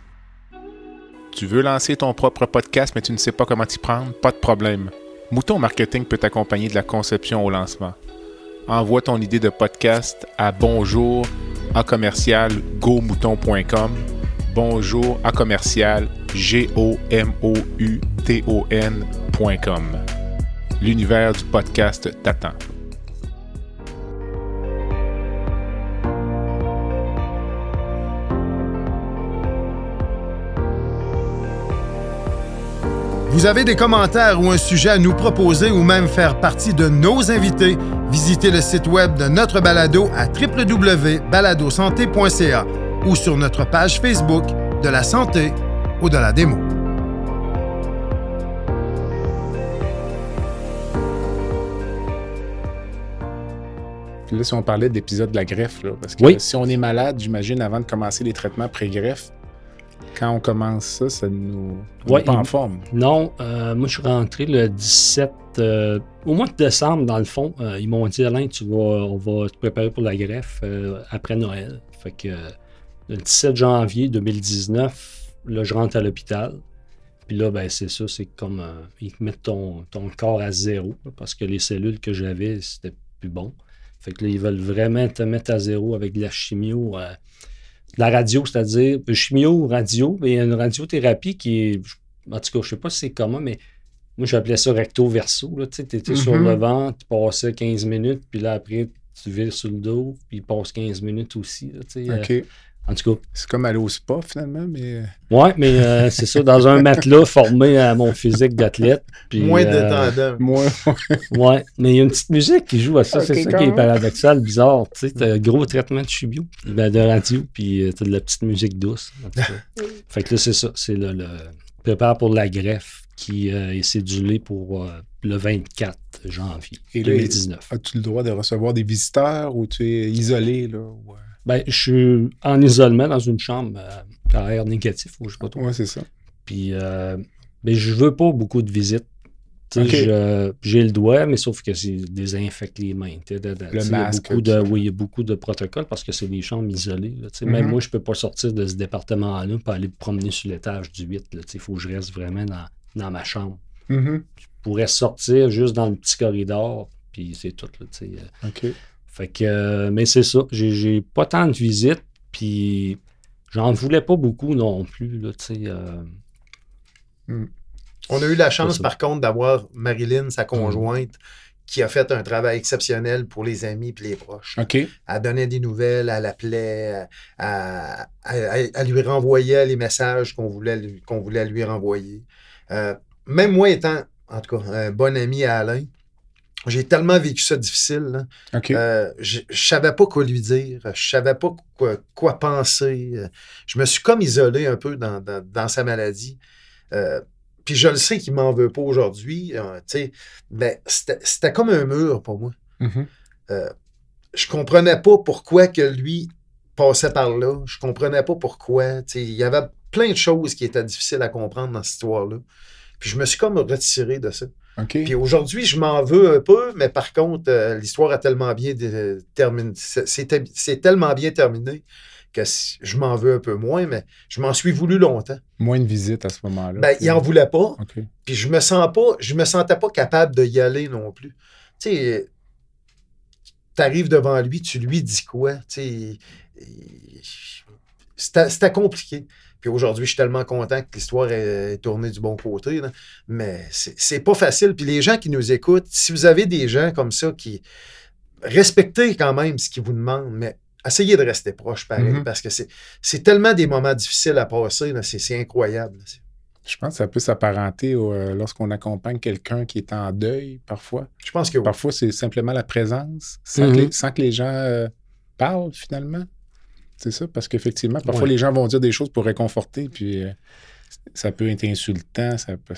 Tu veux lancer ton propre podcast, mais tu ne sais pas comment t'y prendre? Pas de problème. Mouton Marketing peut t'accompagner de la conception au lancement. Envoie ton idée de podcast à bonjour à commercial go mouton point com. Bonjour à commercial g o m o u t o n point com. L'univers du podcast t'attend. Vous avez des commentaires ou un sujet à nous proposer ou même faire partie de nos invités, visitez le site web de notre balado à w w w point balado santé point c a ou sur notre page Facebook de la santé au-delà des mots. Puis là, si on parlait d'épisode de la greffe, là, parce que Oui. si on est malade, j'imagine, avant de commencer les traitements pré-greffe, quand on commence ça, ça nous... On Ouais, n'est pas il- en forme. Non, euh, moi, je suis rentré le dix-sept, euh, au mois de décembre, dans le fond. Euh, ils m'ont dit, Alain, tu vas, on va te préparer pour la greffe euh, après Noël. Fait que euh, le dix-sept janvier deux mille dix-neuf, là, je rentre à l'hôpital. Puis là, ben, c'est ça, c'est comme, euh, ils te mettent ton, ton corps à zéro, là, parce que les cellules que j'avais, c'était plus bon. Fait que là, ils veulent vraiment te mettre à zéro avec de la chimio, euh, de la radio, c'est-à-dire chimio, radio, mais il y a une radiothérapie qui est, en tout cas, je sais pas si c'est commun, mais moi, j'appelais ça recto-verso. Tu étais Mhm. sur le ventre, tu passais quinze minutes, puis là, après, tu vires sur le dos, puis il passe quinze minutes aussi. Là, tu sais, euh, OK. en tout cas, C'est comme aller au spa, finalement, mais... ouais, mais euh, c'est ça, dans un matelas formé à mon physique d'athlète. puis, Moins euh, détendant. Moi, Ouais, mais il y a une petite musique qui joue à ça. Ok, C'est ça quand qui est même. paradoxal, bizarre. Tu sais, t'as un gros traitement de chimio, ben, de radio, puis euh, t'as de la petite musique douce. en tout cas. Fait que là, c'est ça. C'est le, le prépare pour la greffe qui euh, est cédulé pour euh, le vingt-quatre janvier Et là, deux mille dix-neuf. as-tu le droit de recevoir des visiteurs ou tu es isolé, là? Ouais, Ben, je suis en isolement dans une chambre euh, à air négatif, ou je sais pas trop. ouais c'est ça. Puis, euh, mais je veux pas beaucoup de visites. Tu sais, Ok. je- j'ai le doigt, mais sauf que c'est désinfecte les mains. Tu sais, de- de- Le tu sais, il y a masque, beaucoup de, tout ça. oui, il y a beaucoup de protocoles parce que c'est des chambres isolées. Là, tu sais. Même Mhm. moi, je peux pas sortir de ce département-là pour aller me promener sur l'étage du huit. Il faut que je reste vraiment dans, dans ma chambre. Mhm. Je pourrais sortir juste dans le petit corridor, puis c'est tout. Là, tu sais. OK. Fait que, euh, mais c'est ça. J'ai, j'ai pas tant de visites, puis j'en voulais pas beaucoup non plus. Là, tu sais, euh, On a eu la chance, C'est ça. par contre, d'avoir Marilyn, sa conjointe, qui a fait un travail exceptionnel pour les amis et les proches. OK. Elle donnait des nouvelles, elle appelait, elle, elle- elle lui renvoyait les messages qu'on voulait, lui- qu'on voulait lui renvoyer. Euh, même moi étant en tout cas, un bon ami à Alain. J'ai tellement vécu ça difficile. Là. OK. Euh, je ne savais pas quoi lui dire. Je ne savais pas quoi, quoi penser. Je me suis comme isolé un peu dans, dans, dans sa maladie. Euh, puis je le sais qu'il ne m'en veut pas aujourd'hui. Euh, mais c'était, c'était comme un mur pour moi. Mm-hmm. Euh, je ne comprenais pas pourquoi que lui passait par là. Je ne comprenais pas pourquoi. Il y avait plein de choses qui étaient difficiles à comprendre dans cette histoire-là. Puis je me suis comme retiré de ça. Okay. Puis aujourd'hui, je m'en veux un peu, mais par contre, euh, l'histoire a tellement bien dé- terminé. C'est, c'est, c'est tellement bien terminé que je m'en veux un peu moins, mais je m'en suis voulu longtemps. Moins de visites à ce moment-là. Ben, il n'en voulait pas. Okay. Puis je me sens pas, je me sentais pas capable d'y aller non plus. Tu sais, t'arrives devant lui, tu lui dis quoi? Tu sais, c'était, c'était compliqué. Puis aujourd'hui, je suis tellement content que l'histoire est tournée du bon côté. Là. Mais c'est, c'est pas facile. Puis les gens qui nous écoutent, si vous avez des gens comme ça qui respectez quand même ce qu'ils vous demandent, mais essayez de rester proche pareil, mm-hmm. parce que c'est, c'est tellement des moments difficiles à passer. Là, c'est, c'est incroyable. Là. Je pense que ça peut s'apparenter au, euh, lorsqu'on accompagne quelqu'un qui est en deuil, parfois. Je pense que oui. Parfois, c'est simplement la présence, sans, mm-hmm. que, les, sans que les gens euh, parlent, finalement. C'est ça, parce qu'effectivement, parfois, ouais. les gens vont dire des choses pour réconforter, puis euh, ça peut être insultant, ça peut,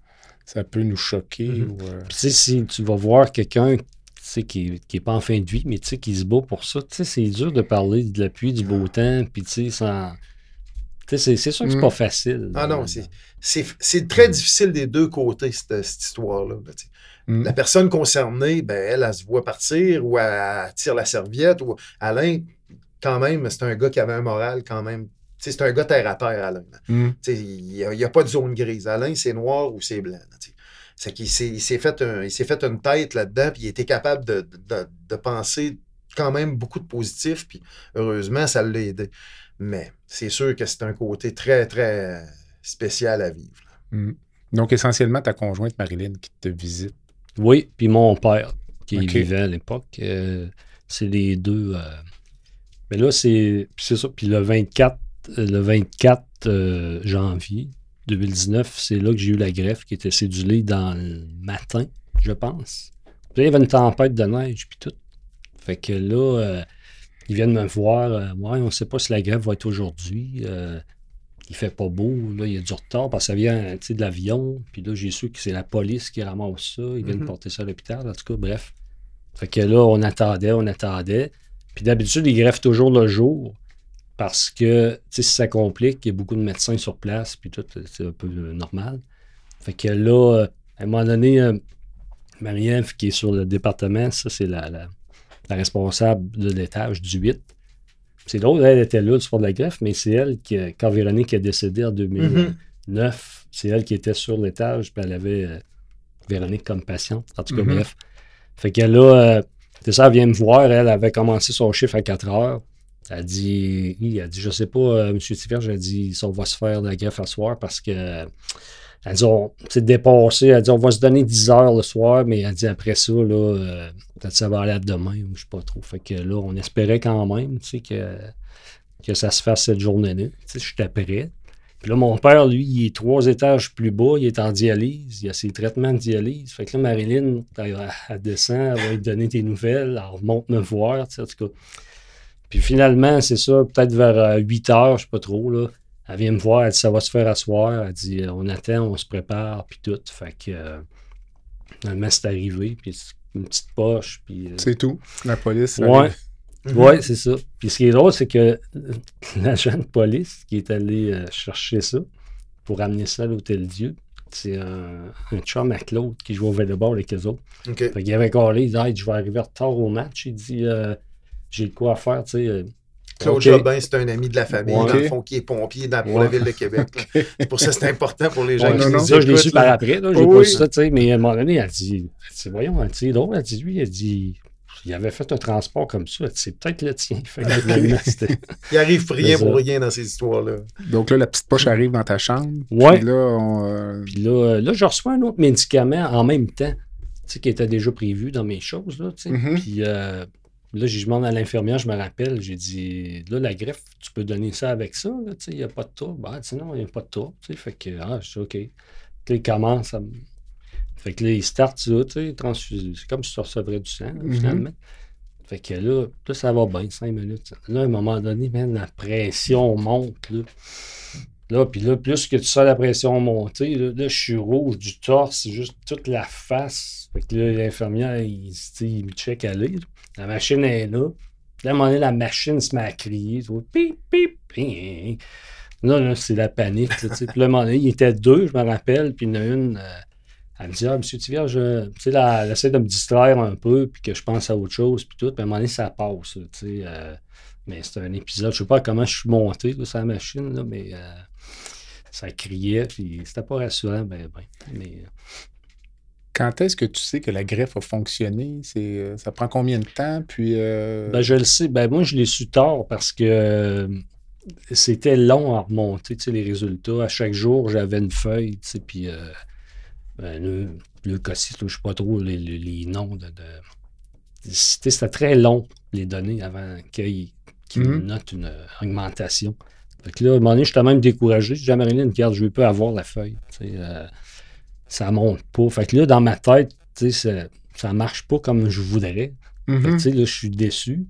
ça peut nous choquer. Mm-hmm. Ou, euh... Puis, tu sais, si tu vas voir quelqu'un qui n'est pas en fin de vie, mais qui se bat pour ça, tu sais, c'est dur de parler de la pluie, du beau temps, puis, tu sais, sans... C'est, c'est sûr que c'est mm. pas facile. Ah non, c'est, c'est, c'est très mm. difficile des deux côtés, cette, cette histoire-là. Là, mm. La personne concernée, ben, elle, elle se voit partir ou elle tire la serviette. Ou Alain, quand même, c'est un gars qui avait un moral quand même. T'sais, c'est un gars terre à terre, Alain. Mm. Il n'y a, a pas de zone grise. Alain, c'est noir ou c'est blanc. T'sais. C'est qu'il s'est, il s'est, fait un, il s'est fait une tête là-dedans, puis il était capable de, de, de penser quand même beaucoup de positif, puis heureusement, ça l'a aidé. Mais c'est sûr que c'est un côté très, très spécial à vivre. Mmh. Donc, essentiellement, ta conjointe Marilyn qui te visite. Oui, puis mon père, qui okay. vivait à l'époque. Euh, c'est les deux. Euh... Mais là, c'est, c'est ça. Puis le vingt-quatre, le vingt-quatre euh, janvier deux mille dix-neuf, c'est là que j'ai eu la greffe qui était cédulée dans le matin, je pense. Puis là, il y avait une tempête de neige, puis tout. Fait que là... Euh, ils viennent me voir. Euh, ouais, on ne sait pas si la grève va être aujourd'hui. Euh, il fait pas beau. Là, il y a du retard parce que ça vient de l'avion. Puis là, j'ai su que c'est la police qui ramasse ça. Ils viennent mm-hmm. porter ça à l'hôpital. En tout cas, bref. Fait que là, on attendait, on attendait. Puis d'habitude, ils greffent toujours le jour parce que si ça complique, il y a beaucoup de médecins sur place. Puis tout, c'est un peu euh, normal. Fait que là, euh, à un moment donné, euh, Marie-Ève, qui est sur le département, ça, c'est la... la la responsable de l'étage du huit. C'est drôle, elle était là du sport de la greffe, mais c'est elle qui, quand Véronique est décédée en deux mille neuf, mm-hmm. c'est elle qui était sur l'étage, puis elle avait euh, Véronique comme patiente. En tout cas, mm-hmm. bref. Fait que là, euh, c'est ça, elle vient me voir, elle avait commencé son chiffre à quatre heures. Elle dit, elle a dit, je sais pas, euh, M. Tivierge, elle dit, on va se faire de la greffe à soir parce que euh, elle dit, on s'est dépassé. Elle dit, on va se donner dix heures le soir, mais elle dit, après ça, là, euh, peut-être ça va aller à demain, ou je sais pas trop. Fait que là, on espérait quand même, tu sais, que, que ça se fasse cette journée-là. Tu sais, je suis prêt. Puis là, mon père, lui, il est trois étages plus bas, il est en dialyse, il a ses traitements de dialyse. Fait que là, Marilyn, elle, elle descend, elle va lui donner tes nouvelles, elle remonte me voir, tu sais, en tout cas. Puis finalement, c'est ça, peut-être vers huit heures, je sais pas trop, là. Elle vient me voir, elle dit ça va se faire asseoir. Elle dit on attend, on se prépare, puis tout. Fait que euh, finalement, c'est arrivé, puis une petite poche. Puis, euh... c'est tout. La police. Ouais, ouais, c'est ça. Puis ce qui est drôle, c'est que l'agent de police qui est allé euh, chercher ça pour amener ça à l'Hôtel Dieu, c'est un, un chum à Claude qui joue au volleyball avec eux autres. Okay. Fait qu'il avait collé, il dit hey, je vais arriver en retard au match. Il dit euh, j'ai de quoi à faire, tu sais. Euh, Claude okay. Jobin, c'est un ami de la famille, ouais. dans le fond, qui est pompier dans, pour ouais. la ville de Québec. Okay. C'est pour ça que c'est important pour les gens ouais, qui non, nous ça, je l'ai su par après, là, j'ai oh, pas oui. su ça, tu sais, mais à un moment donné, elle dit, elle dit voyons, elle dit, drôle, elle dit, lui, elle dit, il avait fait un transport comme ça, elle dit, c'est peut-être le tien. Fait que, il arrive rien pour rien dans ces histoires-là. Donc là, la petite poche arrive dans ta chambre. Ouais. Puis là, on, euh... puis là, là, je reçois un autre médicament en même temps, tu sais, qui était déjà prévu dans mes choses, là, tu sais, mm-hmm. puis... Euh, là, je demande à l'infirmière, je me rappelle, j'ai dit, là, la greffe, tu peux donner ça avec ça, là, tu sais, il n'y a pas de trouble. Ah, tu sais, non, il n'y a pas de trouble, tu sais, fait que, ah, je dis, OK. Puis là, il commence à me... Fait que là, il start ça, tu sais, transfuser. C'est comme si tu recevrais du sang, là, Mhm. finalement. Fait que là, là, ça va bien, cinq minutes. Là, à un moment donné, man, la pression monte, là. Là, puis là, plus que tu sens la pression monter, là, là, je suis rouge du torse, juste toute la face. Fait que là, l'infirmière, il, tu sais, il me check aller. là. La machine est là. Là, à un moment donné, la machine se met à crier. Tu vois, pip, pip, pip. Là, là, c'est la panique. là, tu sais. Puis là, à un moment donné, il était deux, je me rappelle. Puis il y en a une, euh, elle me dit, ah, monsieur Tivierge, je... tu sais, là, elle essaie de me distraire un peu, puis que je pense à autre chose, puis tout. Puis à un moment donné, ça passe. là, tu sais. euh, Mais c'est un épisode, je sais pas comment je suis monté là, sur la machine, là, mais euh, ça criait, puis c'était pas rassurant, ben, ben. Mais, euh, Quand est-ce que tu sais que la greffe a fonctionné? C'est, euh, ça prend combien de temps? Puis, euh, ben, je le sais, ben, moi, je l'ai su tard parce que euh, c'était long à remonter, tu sais, les résultats. À chaque jour, j'avais une feuille, tu sais, puis euh, ben, le, le cossi, je sais pas trop les, les, les noms de. de... C'était, c'était très long, les données, avant qu'ils qu'il Mhm. me notent une augmentation. Fait que là, à un moment donné, j'étais même découragé. Je dis à Marilyn, regarde, je veux pas avoir la feuille. Tu sais, euh, ça monte pas. Fait que là, dans ma tête, tu sais, ça, ça marche pas comme je voudrais. mhm. Fait que, tu sais, là, je suis déçu.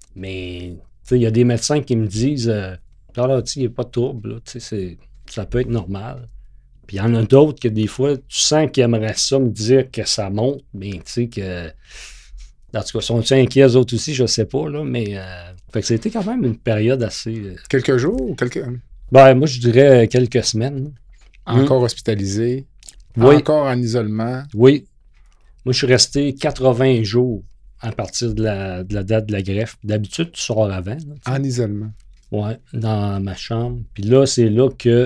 Mais, tu sais, il y a des médecins qui me disent, euh, là, là, tu sais, il n'y a pas de trouble, là. Tu sais, c'est- ça peut être normal. Puis il y en a d'autres que des fois, tu sens qu'ils aimeraient ça me dire que ça monte, mais tu sais que. En tout cas, sont-ils inquiets, eux autres aussi, je sais pas, là, mais. euh, Fait que c'était quand même une période assez. euh, Quelques jours ou quelques... Ben, moi, je dirais quelques semaines. là. encore hospitalisé? Oui. Encore en isolement? Oui. Moi, je suis resté quatre-vingts jours à partir de la, de la date de la greffe. D'habitude, tu sors avant. là, tu sais. En isolement. Ouais, dans ma chambre. Puis là, c'est là que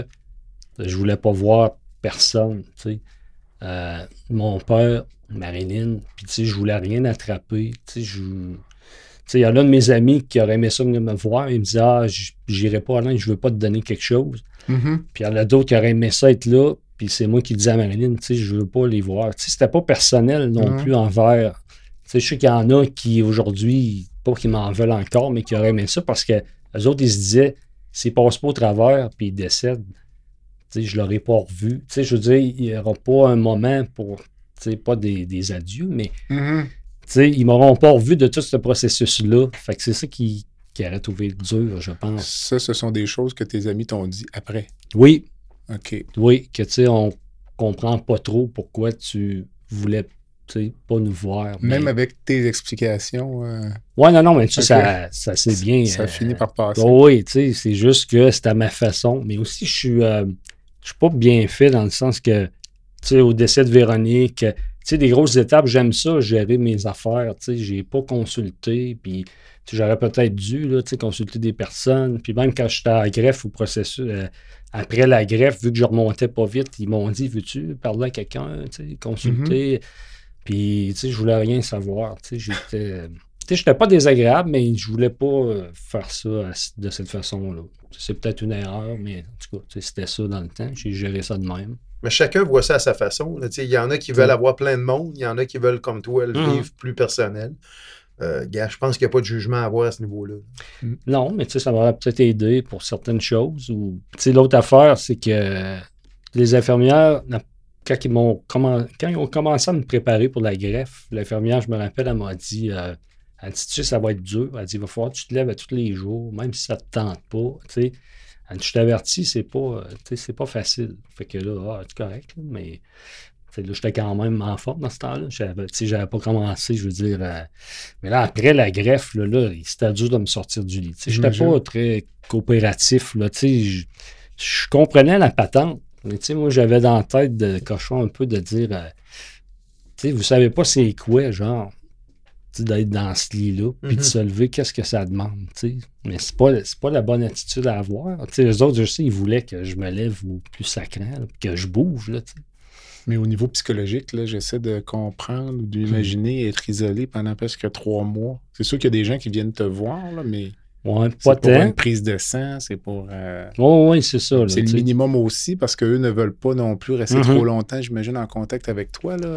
je voulais pas voir personne, tu sais. Euh, mon père, Marilyn, puis tu sais, je voulais rien attraper. Tu sais, je... Tu sais, il y en a de mes amis qui auraient aimé ça venir me voir. Ils me disaient, ah, j- j'irai pas là, je veux pas te donner quelque chose. Mhm. Puis il y en a d'autres qui auraient aimé ça être là. Puis c'est moi qui disais à Marilyn, tu sais, je veux pas les voir. Tu sais, c'était pas personnel non Mhm. plus envers. Tu sais, je sais qu'il y en a qui aujourd'hui, pas qu'ils m'en veulent encore, mais qui auraient aimé ça parce que les autres, ils se disaient, s'ils passent pas au travers puis ils décèdent, tu sais, je l'aurais pas revu. Tu sais, je veux dire, il n'y aura pas un moment pour, tu sais, pas des, des adieux, mais Mhm. tu sais, ils m'auront pas revu de tout ce processus-là. Fait que c'est ça qui, qui aurait trouvé dur, je pense. Ça, ce sont des choses que tes amis t'ont dit après. Oui, OK. oui, que tu sais, on comprend pas trop pourquoi tu voulais, tu sais, pas nous voir. Même mais... avec tes explications, euh, Ouais, non, non, mais tu sais, Ok. ça, ça c'est bien. ça euh, finit par passer. Oh oui, tu sais, c'est juste que c'est à ma façon. Mais aussi, je suis, euh, je suis pas bien fait dans le sens que, tu sais, au décès de Véronique, tu sais, des grosses étapes, j'aime ça, gérer mes affaires, tu sais, j'ai pas consulté, puis tu sais, j'aurais peut-être dû, là, tu sais, consulter des personnes. Puis même quand j'étais à la greffe au processus, euh, après la greffe, vu que je remontais pas vite, ils m'ont dit, veux-tu parler à quelqu'un, tu sais, consulter. Puis, tu sais, je voulais rien savoir, tu sais, j'étais... Tu sais, je n'étais pas désagréable, mais je voulais pas euh, faire ça à- de cette façon-là. C'est peut-être une erreur, mais en tout cas, tu sais, c'était ça dans le temps. J'ai géré ça de même. Mais chacun voit ça à sa façon. là. Tu sais, Il y en a qui veulent avoir plein de monde, il y en a qui veulent, comme toi, le Mhm. vivre plus personnel. Euh, gars, je pense qu'il n'y a pas de jugement à avoir à ce niveau-là. Non, mais tu sais, ça m'aurait peut-être aidé pour certaines choses. Ou, tu sais, l'autre affaire, c'est que les infirmières, la- quand ils, m'ont commen- quand ils ont commencé à me préparer pour la greffe, l'infirmière, je me rappelle, elle m'a dit, euh, elle dit, tu sais, ça va être dur. Elle dit, il va falloir que tu te lèves à tous les jours, même si ça ne te tente pas. Tu sais, elle dit, je t'avertis, c'est pas, euh, tu sais, c'est pas facile. Fait que là, ah, c'est correct, là, mais tu sais, là, j'étais quand même en forme dans ce temps-là. J'avais, tu sais, j'avais pas commencé, je veux dire. euh, mais là, après la greffe, là, là, c'était dur de me sortir du lit. Tu sais, j'étais J'imagine. pas très coopératif. Là, tu sais, je, je comprenais la patente. Mais tu sais, moi, j'avais dans la tête de cochon un peu de dire, euh, tu sais, vous savez pas c'est quoi, genre, tu sais, d'être dans ce lit-là, puis de Mhm. se lever, qu'est-ce que ça demande, tu sais. Mais c'est pas, c'est pas la bonne attitude à avoir. Tu sais, les autres, je sais, ils voulaient que je me lève au plus sacrant, là, puis que je bouge, là, tu sais. Mais au niveau psychologique, là, j'essaie de comprendre ou d'imaginer être isolé pendant presque trois mois. C'est sûr qu'il y a des gens qui viennent te voir, là, mais Ouais, c'est pas pour tant. une prise de sang, c'est pour... euh, Oui, oui, c'est ça. là, c'est le tu sais. minimum aussi parce qu'eux ne veulent pas non plus rester Mhm. trop longtemps, j'imagine, en contact avec toi. Là.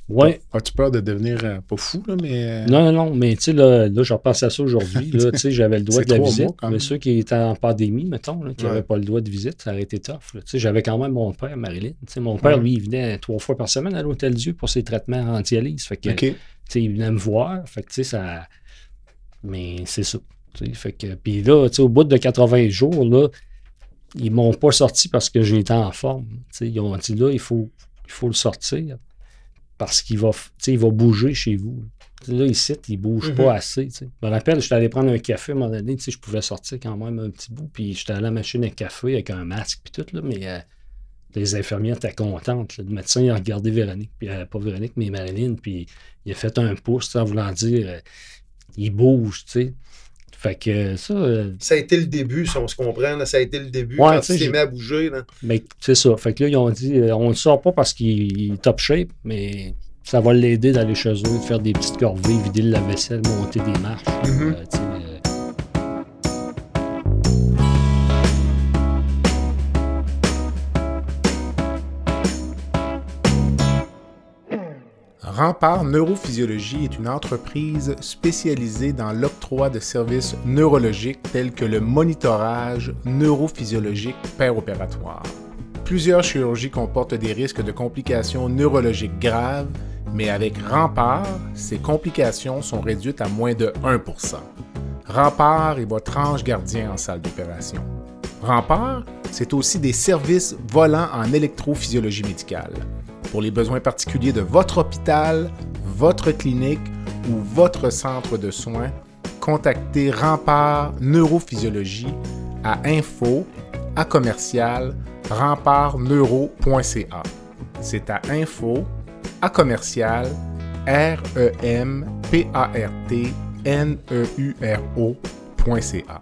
Ouais. As-tu peur de devenir euh, pas fou, là, mais... Non, non, non, mais tu sais, là, là je repense à ça aujourd'hui. Là, tu sais, j'avais le droit C'est de la trois visite. mois, quand Mais même. ceux qui étaient en pandémie, mettons, là, qui Ouais. n'avaient pas le droit de visite, ça aurait été tough. Là. Tu sais, j'avais quand même mon père, Marilyn. Tu sais, mon père, Ouais. lui, il venait trois fois par semaine à l'Hôtel Dieu pour ses traitements anti-dialyse. Fait que, OK. tu sais, il venait me voir. Fait que, tu sais, ça... Mais c'est ça. Tu sais, fait que... Puis là, tu sais, au bout de quatre-vingts jours, là, ils m'ont pas sorti parce que j'étais en forme. Tu sais, ils ont dit, là, il faut, il faut le sortir parce qu'il va, tu sais, il va bouger chez vous. Tu sais, là, ici, il bouge Mhm. pas assez. Tu sais. Je me rappelle, j'étais allé prendre un café à un moment donné, tu sais, je pouvais sortir quand même un petit bout, puis j'étais allé à la machine à café avec un masque, puis tout, là, mais euh, les infirmières étaient contentes. Là. Le médecin, il a regardé Véronique, puis euh, pas Véronique, mais Marilyn, puis il a fait un pouce, tu sais, en voulant dire, euh, il bouge, tu sais. Fait que ça, euh, Ça a été le début, si on se comprend. là, ça a été le début Ouais, quand tu sais, tu t'es je- mis à bouger. Là. mais c'est ça. Fait que là, ils ont dit, euh, on ne le sort pas parce qu'il il est top shape, mais ça va l'aider d'aller chez eux, de faire des petites corvées, vider le lave-vaisselle, monter des marches. Mhm. Euh, tu sais, euh, Rempart Neurophysiologie est une entreprise spécialisée dans l'octroi de services neurologiques tels que le monitorage neurophysiologique péropératoire. Plusieurs chirurgies comportent des risques de complications neurologiques graves, mais avec Rempart, ces complications sont réduites à moins de un pour cent. Rempart est votre ange gardien en salle d'opération. Rempart, c'est aussi des services volants en électrophysiologie médicale. Pour les besoins particuliers de votre hôpital, votre clinique ou votre centre de soins, contactez Rempart Neurophysiologie à info à commercial rempartneuro point c a. C'est à info à commercial r e m p a r t n e u r o point c a.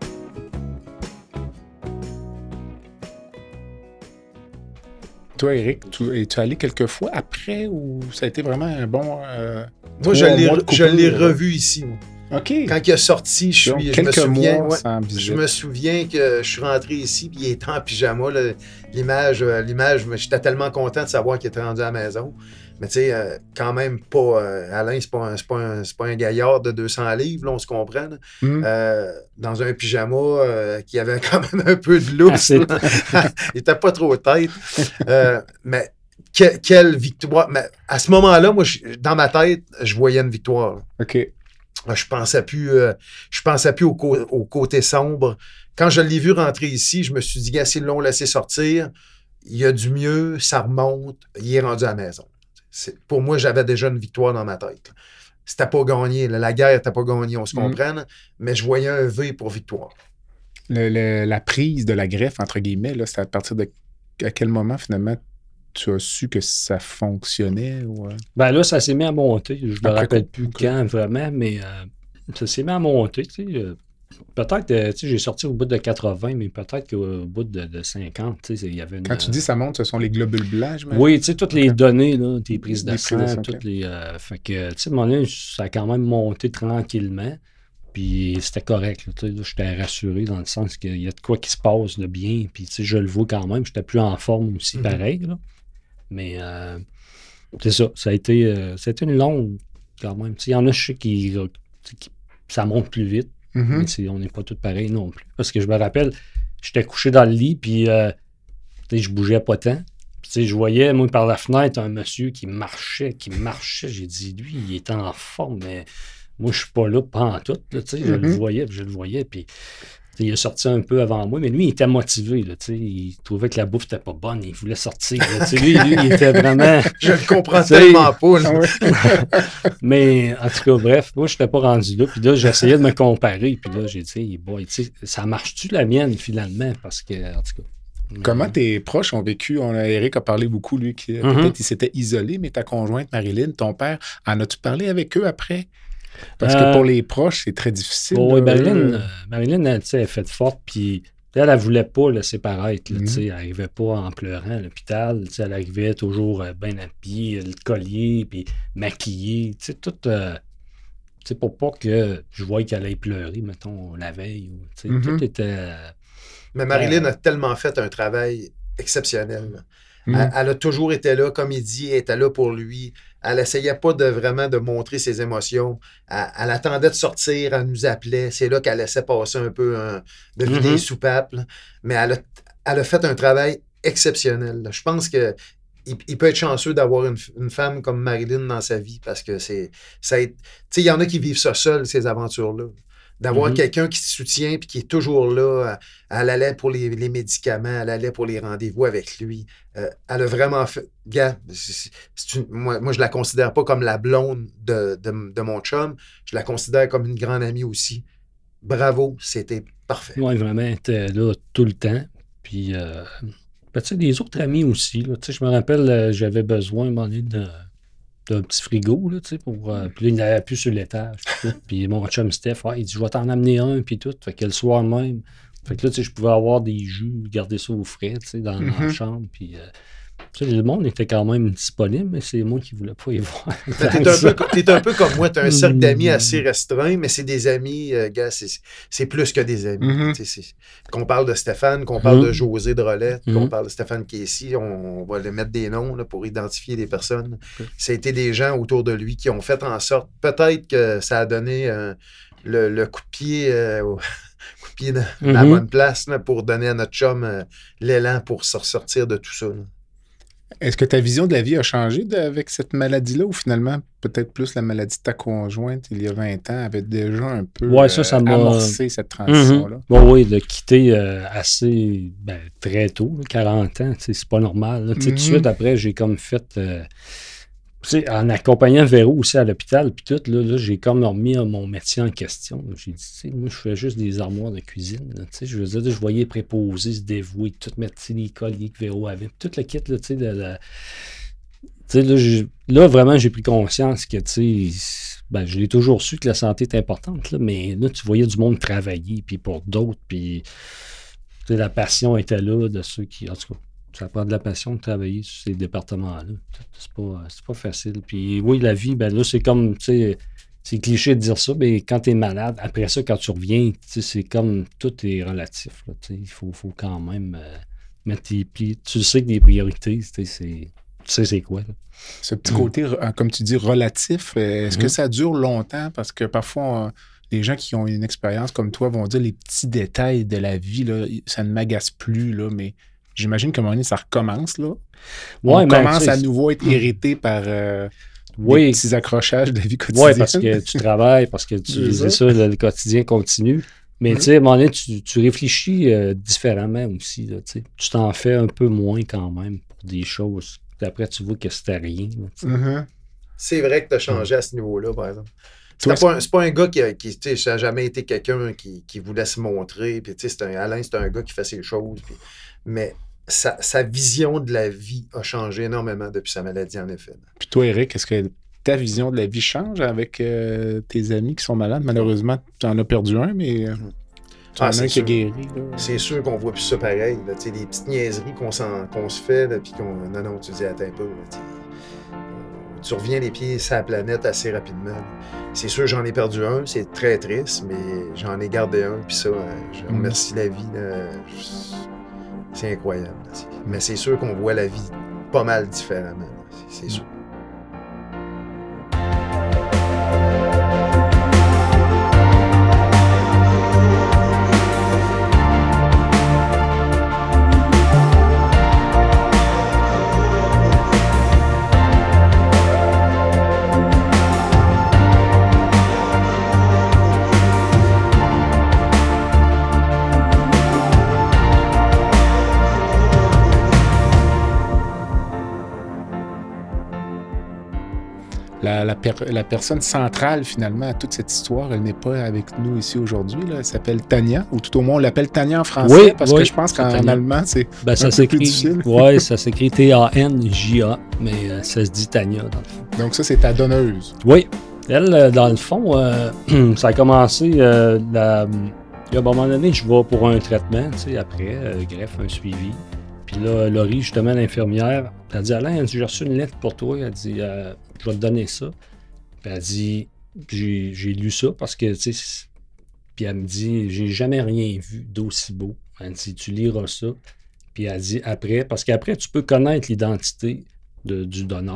Toi, Eric, tu es-tu allé quelques fois après ou ça a été vraiment un bon. Euh, Moi, je trois l'ai, mois de je l'ai coupure, revu ici. moi. OK. Quand il est sorti, je, Donc, suis, je me quelques souviens. mois ouais, sans visite. je me souviens que je suis rentré ici et il était en pyjama. Là. L'image, euh, l'image, mais j'étais tellement content de savoir qu'il était rendu à la maison. Mais tu sais, euh, quand même pas. Euh, Alain, c'est pas, un, c'est, pas un, c'est pas un gaillard de deux cents livres, là, on se comprend. là. Mhm. Euh, dans un pyjama euh, qui avait quand même un peu de lousse. Assez. là. Il était pas trop tête. Euh, mais que- quelle victoire. Mais à ce moment-là, moi, je- dans ma tête, je voyais une victoire. là. OK. Je pensais plus, euh, je pensais plus au, co- au côté sombre. Quand je l'ai vu rentrer ici, je me suis dit, gars, s'ils l'ont laissé sortir, il y a du mieux, ça remonte, il est rendu à la maison. C'est- pour moi, j'avais déjà une victoire dans ma tête. là. C'était pas gagné, là. La guerre n'était pas gagnée, on se Mm. comprend, là. Mais je voyais un V pour victoire. Le- le- la prise de la greffe, entre guillemets, là, c'est à partir de à quel moment, finalement, tu as su que ça fonctionnait? Ou, euh? Ben là, ça s'est mis à monter. Je ne me Après rappelle coup, plus ok. quand vraiment, mais euh, ça s'est mis à monter. Tu sais, euh, peut-être, euh, tu sais, j'ai sorti au bout de quatre-vingts, mais peut-être qu'au bout de, de cinquante, tu sais, il y avait une. Quand tu euh, dis ça monte, ce sont les globules blancs, j'imagine? Oui, tu sais, toutes les Ok. données, là, tes prises de Les prises de sang, sang, toutes ok. les. euh, fait que, tu sais, à un moment donné, ça a quand même monté tranquillement. Puis c'était correct. Là, tu sais, là, j'étais rassuré dans le sens qu'il y a de quoi qui se passe de bien. Puis, tu sais, je le vois quand même. J'étais plus en forme aussi, Mhm. pareil. Là. Mais euh, c'est ça. Ça a été, euh, ça a été une longue, quand même. Tu sais, il y en a, je sais, qui, tu sais, qui- ça monte plus vite. Mhm. Mais c'est- on n'est pas tous pareils non plus. Parce que je me rappelle, j'étais couché dans le lit, puis euh, tu sais, je bougeais pas tant. Puis, tu sais, je voyais, moi, par la fenêtre, un monsieur qui marchait, qui marchait. J'ai dit, lui, il est en forme, mais moi, je suis pas là pantoute. Là, tu sais, je le Mhm. voyais, puis je le voyais. Puis, tu sais, il est sorti un peu avant moi, mais lui, il était motivé. Là, tu sais, il trouvait que la bouffe n'était pas bonne, il voulait sortir. Là, tu sais, lui, lui, il était vraiment. Je le comprends Tu sais, tellement pas. là. Ah ouais. Mais en tout cas, bref, moi, je n'étais pas rendu là. Puis là, j'essayais de me comparer. Puis là, j'ai dit, boy, tu sais, ça marche-tu la mienne finalement? Parce que, en tout cas. Comment tes proches ont vécu? On a, Eric a parlé beaucoup, lui, qui Mhm. peut-être il s'était isolé, mais ta conjointe, Marilyn, ton père, en as-tu parlé avec eux après? Parce que Euh, pour les proches, c'est très difficile. Oh, oui, là, Marilyn, eux. euh, Marilyn, elle, tu sais, elle est faite forte, puis elle, elle voulait pas laisser paraître. Là, Mhm. tu sais, elle n'arrivait pas en pleurant à l'hôpital. Tu sais, elle arrivait toujours euh, bien habillée, le collier, puis maquillée. Tu sais, tout. euh, tu sais, pour pas que je voie qu'elle aille pleurer, mettons, la veille. Ou, tu sais, Mhm. Tout était. euh, Mais Marilyn a tellement fait un travail exceptionnel. là. Mhm. Elle, elle a toujours été là, comme il dit, elle était là pour lui. elle essayait pas de vraiment de montrer ses émotions. Elle, elle attendait de sortir, elle nous appelait. C'est là qu'elle laissait passer un peu un, de vider Mm-hmm. les soupapes. Là. Mais elle a, elle a fait un travail exceptionnel. Là. Je pense que il, il peut être chanceux d'avoir une, une femme comme Marilyn dans sa vie parce que c'est. Ça tu sais, il y en a qui vivent ça seul, ces aventures-là. D'avoir Mm-hmm. quelqu'un qui te soutient et qui est toujours là. Elle, elle allait pour les, les médicaments, elle allait pour les rendez-vous avec lui. Euh, elle a vraiment fait. Gars, c'est, c'est une, moi, moi, je la considère pas comme la blonde de, de, de mon chum. Je la considère comme une grande amie aussi. Bravo, c'était parfait. Oui, vraiment, elle était là tout le temps. Puis, euh, ben, tu sais, des autres amis aussi. Là, tu sais, je me rappelle, euh, j'avais besoin à un moment donné de, d'un petit frigo, là, tu sais, pour... Euh, puis là, il n'avait plus sur l'étage. Puis, puis mon chum Steph, ah, il dit, je vais t'en amener un, puis tout. Fait que le soir même, fait que là, tu sais, je pouvais avoir des jus, garder ça au frais, tu sais, dans, Mm-hmm. dans la chambre, puis... Euh, tu sais, le monde était quand même disponible, mais c'est moi qui ne voulais pas y voir. T'es un, peu, t'es un peu comme moi, tu as un cercle d'amis assez restreint, mais c'est des amis, euh, gars, c'est, c'est plus que des amis. Mm-hmm. C'est, c'est, qu'on parle de Stéphane, qu'on parle Mm-hmm. de José Drolette, Mm-hmm. qu'on parle de Stéphane Casey, on, on va le mettre des noms là, pour identifier des personnes. Okay. Ça a été des gens autour de lui qui ont fait en sorte, peut-être que ça a donné euh, le, le coup de pied... Euh, au coup de pied dans mm-hmm. la bonne place là, pour donner à notre chum euh, l'élan pour se ressortir de tout ça. Là. Est-ce que ta vision de la vie a changé de, avec cette maladie-là ou finalement, peut-être plus la maladie de ta conjointe il y a vingt ans avait déjà un peu ouais, ça, ça euh, m'a... amorcé cette transition-là? Mm-hmm. Bon, oui, de quitter euh, assez ben, très tôt, là, quarante ans, c'est pas normal. Mm-hmm. Tout de suite après, j'ai comme fait... Euh, en accompagnant Véro aussi à l'hôpital, puis tout, là, là, j'ai comme remis mon métier en question. J'ai dit, moi, je fais juste des armoires de cuisine. Là, je veux dire, je voyais préposer, se dévouer, tout mettre les colliers que Véro avait, tout le kit, là, tu sais, de, de, là, je, là, vraiment, j'ai pris conscience que, tu sais, ben, je l'ai toujours su que la santé est importante, là, mais là, tu voyais du monde travailler, puis pour d'autres, puis la passion était là de ceux qui, en tout cas, ça prend de la passion de travailler sur ces départements-là. C'est pas, c'est pas facile. Puis oui, la vie, ben là, c'est comme, tu sais, c'est cliché de dire ça, mais quand tu es malade, après ça, quand tu reviens, tu sais, c'est comme, tout est relatif. Là, il faut, faut quand même euh, mettre tes pieds. Tu sais que des priorités, c'est, tu sais c'est quoi. Là. Ce petit côté, mmh. comme tu dis, relatif, est-ce mmh. que ça dure longtemps? Parce que parfois, on, les gens qui ont une expérience comme toi vont dire les petits détails de la vie, là, ça ne m'agace plus, là, mais... J'imagine qu'à un moment donné, ça recommence, là. On ouais, commence à nouveau être irrité par euh, oui. des petits accrochages de la vie quotidienne. Oui, parce que tu travailles, parce que tu c'est ça, le, le quotidien continue. Mais mm-hmm. tu sais, à un moment donné, tu, tu réfléchis euh, différemment aussi. Là, tu t'en fais un peu moins quand même pour des choses. Après, tu vois que c'était rien. Là, mm-hmm. C'est vrai que tu as changé mm-hmm. à ce niveau-là, par exemple. C'est pas, un, c'est pas un gars qui, a, qui tu sais, ça n'a jamais été quelqu'un qui, qui voulait se montrer. Puis, tu sais, c'est un, Alain, c'est un gars qui fait ses choses. Puis, mais sa, sa vision de la vie a changé énormément depuis sa maladie, en effet. Puis toi, Eric, est-ce que ta vision de la vie change avec euh, tes amis qui sont malades? Malheureusement, tu en as perdu un, mais euh, tu en ah, as un qui a guéri. Là. C'est sûr qu'on voit plus ça pareil. Là, des petites niaiseries qu'on, qu'on se fait, puis qu'on... Non, non, tu dis, attends un peu. Là, tu reviens les pieds sur la planète assez rapidement. C'est sûr, j'en ai perdu un, c'est très triste, mais j'en ai gardé un, puis ça, je remercie mmh. la vie. Là, c'est incroyable. Là, mais c'est sûr qu'on voit la vie pas mal différemment. Là, c'est, c'est sûr. La, la, per, la personne centrale, finalement, à toute cette histoire, elle n'est pas avec nous ici aujourd'hui. Là. Elle s'appelle Tania, ou tout au moins, on l'appelle Tania en français, oui, parce oui, que je pense qu'en Tania. allemand, c'est ben, ça un peu plus difficile. Oui, ça s'écrit T A N J A, mais euh, ça se dit Tania, dans le fond. Donc ça, c'est ta donneuse. Oui. Elle, dans le fond, euh, ça a commencé... Euh, la, à un moment donné, je vais pour un traitement, tu sais, après, euh, greffe, un suivi. Puis là, Laurie, justement, l'infirmière, elle dit « Alain, elle dit, j'ai reçu une lettre pour toi. » Elle dit euh, « Je vais te donner ça. » Puis elle dit j'ai, « J'ai lu ça parce que, tu sais... » Puis elle me dit « J'ai jamais rien vu d'aussi beau. » Elle dit « Tu liras ça. » Puis elle dit « Après... » Parce qu'après, tu peux connaître l'identité de, du donneur.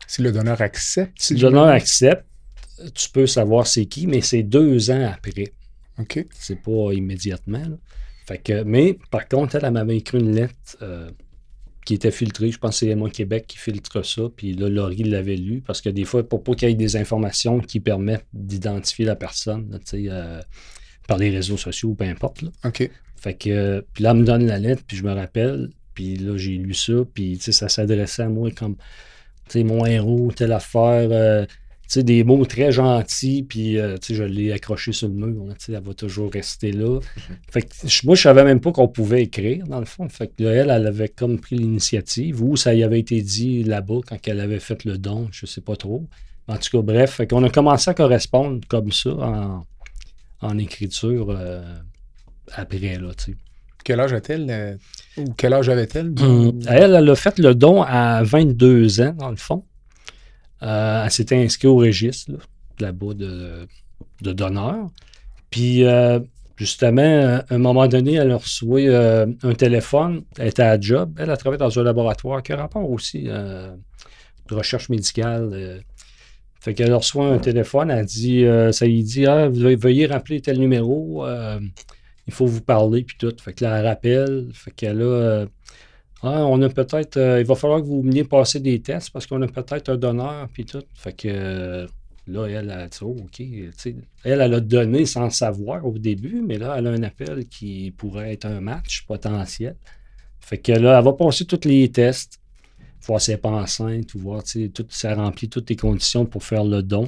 Si le donneur accepte. Si le donneur accepte, tu peux savoir c'est qui, mais c'est deux ans après. OK. C'est pas immédiatement. Là. Fait que, mais par contre, elle, elle m'avait écrit une lettre euh, qui était filtrée. Je pense que c'est Moi Québec qui filtre ça. Puis là, Laurie l'avait lu parce que des fois, pour pas qu'il y ait des informations qui permettent d'identifier la personne, là, euh, par les réseaux sociaux ou peu importe. Là. OK. Fait que, euh, puis là, elle me donne la lettre, puis je me rappelle. Puis là, j'ai lu ça. Puis ça s'adressait à moi comme, tu sais, mon héros, telle affaire. Euh, Tu sais, des mots très gentils, puis euh, tu sais, je l'ai accroché sur le mur, là, tu sais, elle va toujours rester là. Mm-hmm. Fait que moi, je savais même pas qu'on pouvait écrire, dans le fond. Fait que là, elle, elle avait comme pris l'initiative, ou ça y avait été dit là-bas quand elle avait fait le don, je sais pas trop. En tout cas, bref, fait qu'on a commencé à correspondre comme ça en, en écriture euh, après, là, tu sais. Quel âge a-t-elle? Euh, ou quel âge avait-elle? Hum, elle, elle a fait le don à vingt-deux ans, dans le fond. Euh, elle s'était inscrite au registre, là, là-bas, de, de donneurs. Puis, euh, justement, à un moment donné, elle a reçu euh, un téléphone. Elle était à job. Elle a travaillé dans un laboratoire qui a rapport aussi euh, de recherche médicale. Euh. Fait qu'elle a reçu un téléphone. Elle dit, euh, ça lui dit, ah, veuillez rappeler tel numéro. Euh, il faut vous parler, puis tout. Fait que là, elle rappelle. Fait qu'elle a... Euh, Ah, on a peut-être. Euh, il va falloir que vous veniez passer des tests parce qu'on a peut-être un donneur puis tout. Fait que euh, là, elle a dit oh, OK. Elle, elle a donné sans savoir au début, mais là, elle a un appel qui pourrait être un match potentiel. Fait que là, elle va passer tous les tests, voir si elle n'est pas enceinte ou voir si elle remplit toutes les conditions pour faire le don.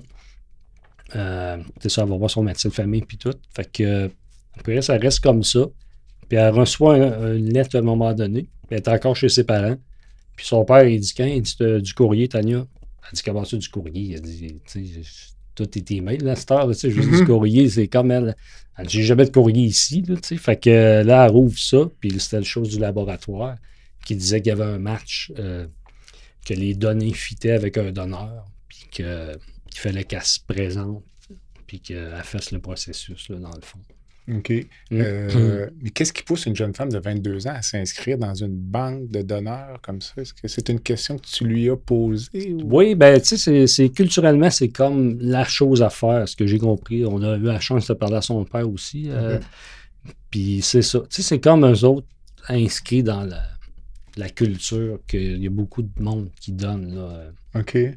Euh, c'est ça, elle va voir son médecin de famille puis tout. Fait que après, ça reste comme ça. Puis elle reçoit un, une lettre à un moment donné. Elle est encore chez ses parents. Puis son père, il dit, quand il dit du courrier, Tania? Elle dit, comment ça, du courrier? Elle dit, tu sais, tout est email, là, cette heure, tu sais, je dis, du courrier, c'est comme elle. Elle dit, j'ai jamais de courrier ici, là, tu sais. Fait que là, elle rouvre ça, puis c'était le chose du laboratoire qui disait qu'il y avait un match, euh, que les données fitaient avec un donneur, puis que, qu'il fallait qu'elle se présente, puis qu'elle fasse le processus, là, dans le fond. OK. Mm. Euh, mais qu'est-ce qui pousse une jeune femme de vingt-deux ans à s'inscrire dans une banque de donneurs comme ça? Est-ce que c'est une question que tu lui as posée? Ou... Oui, bien, tu sais, c'est, c'est, culturellement, c'est comme la chose à faire, ce que j'ai compris. On a eu la chance de parler à son père aussi. Euh, mm-hmm. Puis c'est ça. Tu sais, c'est comme eux autres inscrits dans la, la culture qu'il y a beaucoup de monde qui donne. Là. OK. Mm.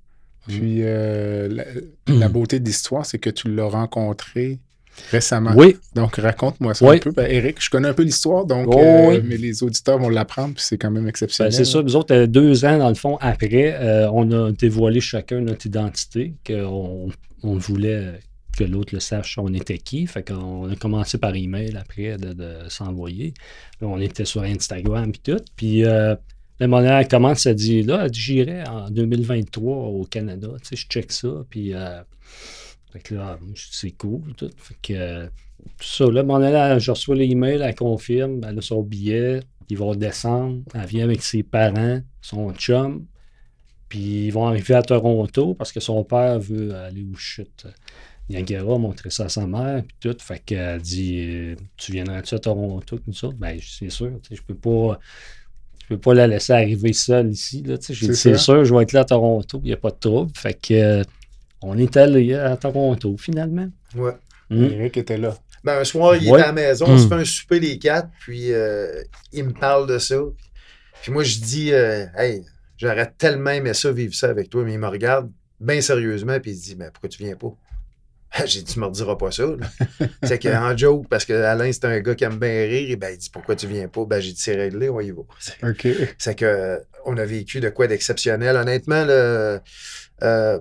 Puis euh, la, la beauté de l'histoire, c'est que tu l'as rencontré récemment. Oui. Donc, raconte-moi ça oui. un peu. Ben, Éric, je connais un peu l'histoire, donc, oh, euh, oui. mais les auditeurs vont l'apprendre, puis c'est quand même exceptionnel. Ben, c'est ça. Nous autres, deux ans, dans le fond, après, euh, on a dévoilé chacun notre identité, qu'on on voulait que l'autre le sache, on était qui. Fait qu'on a commencé par email après de, de s'envoyer. Là, on était sur Instagram et tout. Puis, euh, le moment elle commence à dire, là, elle dit, j'irai en deux mille vingt-trois au Canada. Tu sais, je check ça, puis... Euh, Fait que là, c'est cool, tout. Fait que, euh, tout ça, là, mon là, je reçois l'email, elle confirme, elle a son billet, ils vont descendre, elle vient avec ses parents, son chum, puis ils vont arriver à Toronto parce que son père veut aller au chute Niagara, montrer ça à sa mère, puis tout. Fait qu'elle dit, tu viendrais-tu à Toronto, tout ça? Ben, c'est sûr, tu sais, je peux pas... Je peux pas la laisser arriver seule ici, là, tu sais. J'ai dit, c'est sûr, je vais être là à Toronto, il n'y a pas de trouble. Fait que... On est allé à Toronto, finalement. Ouais. Mmh. Éric était là. Ben, un soir, il ouais. était à la maison, on mmh. se fait un souper les quatre, puis euh, il me parle de ça. Puis moi, je dis, euh, hey, j'aurais tellement aimé ça, vivre ça avec toi. Mais il me regarde bien sérieusement, puis il se dit, mais pourquoi tu viens pas? J'ai dit, tu me rediras pas ça. C'est qu'en joke, parce que Alain, c'est un gars qui aime bien rire, et ben, il dit, pourquoi tu viens pas? Ben, j'ai dit, c'est réglé, on y va. OK. C'est que on a vécu de quoi d'exceptionnel. Honnêtement, là, euh,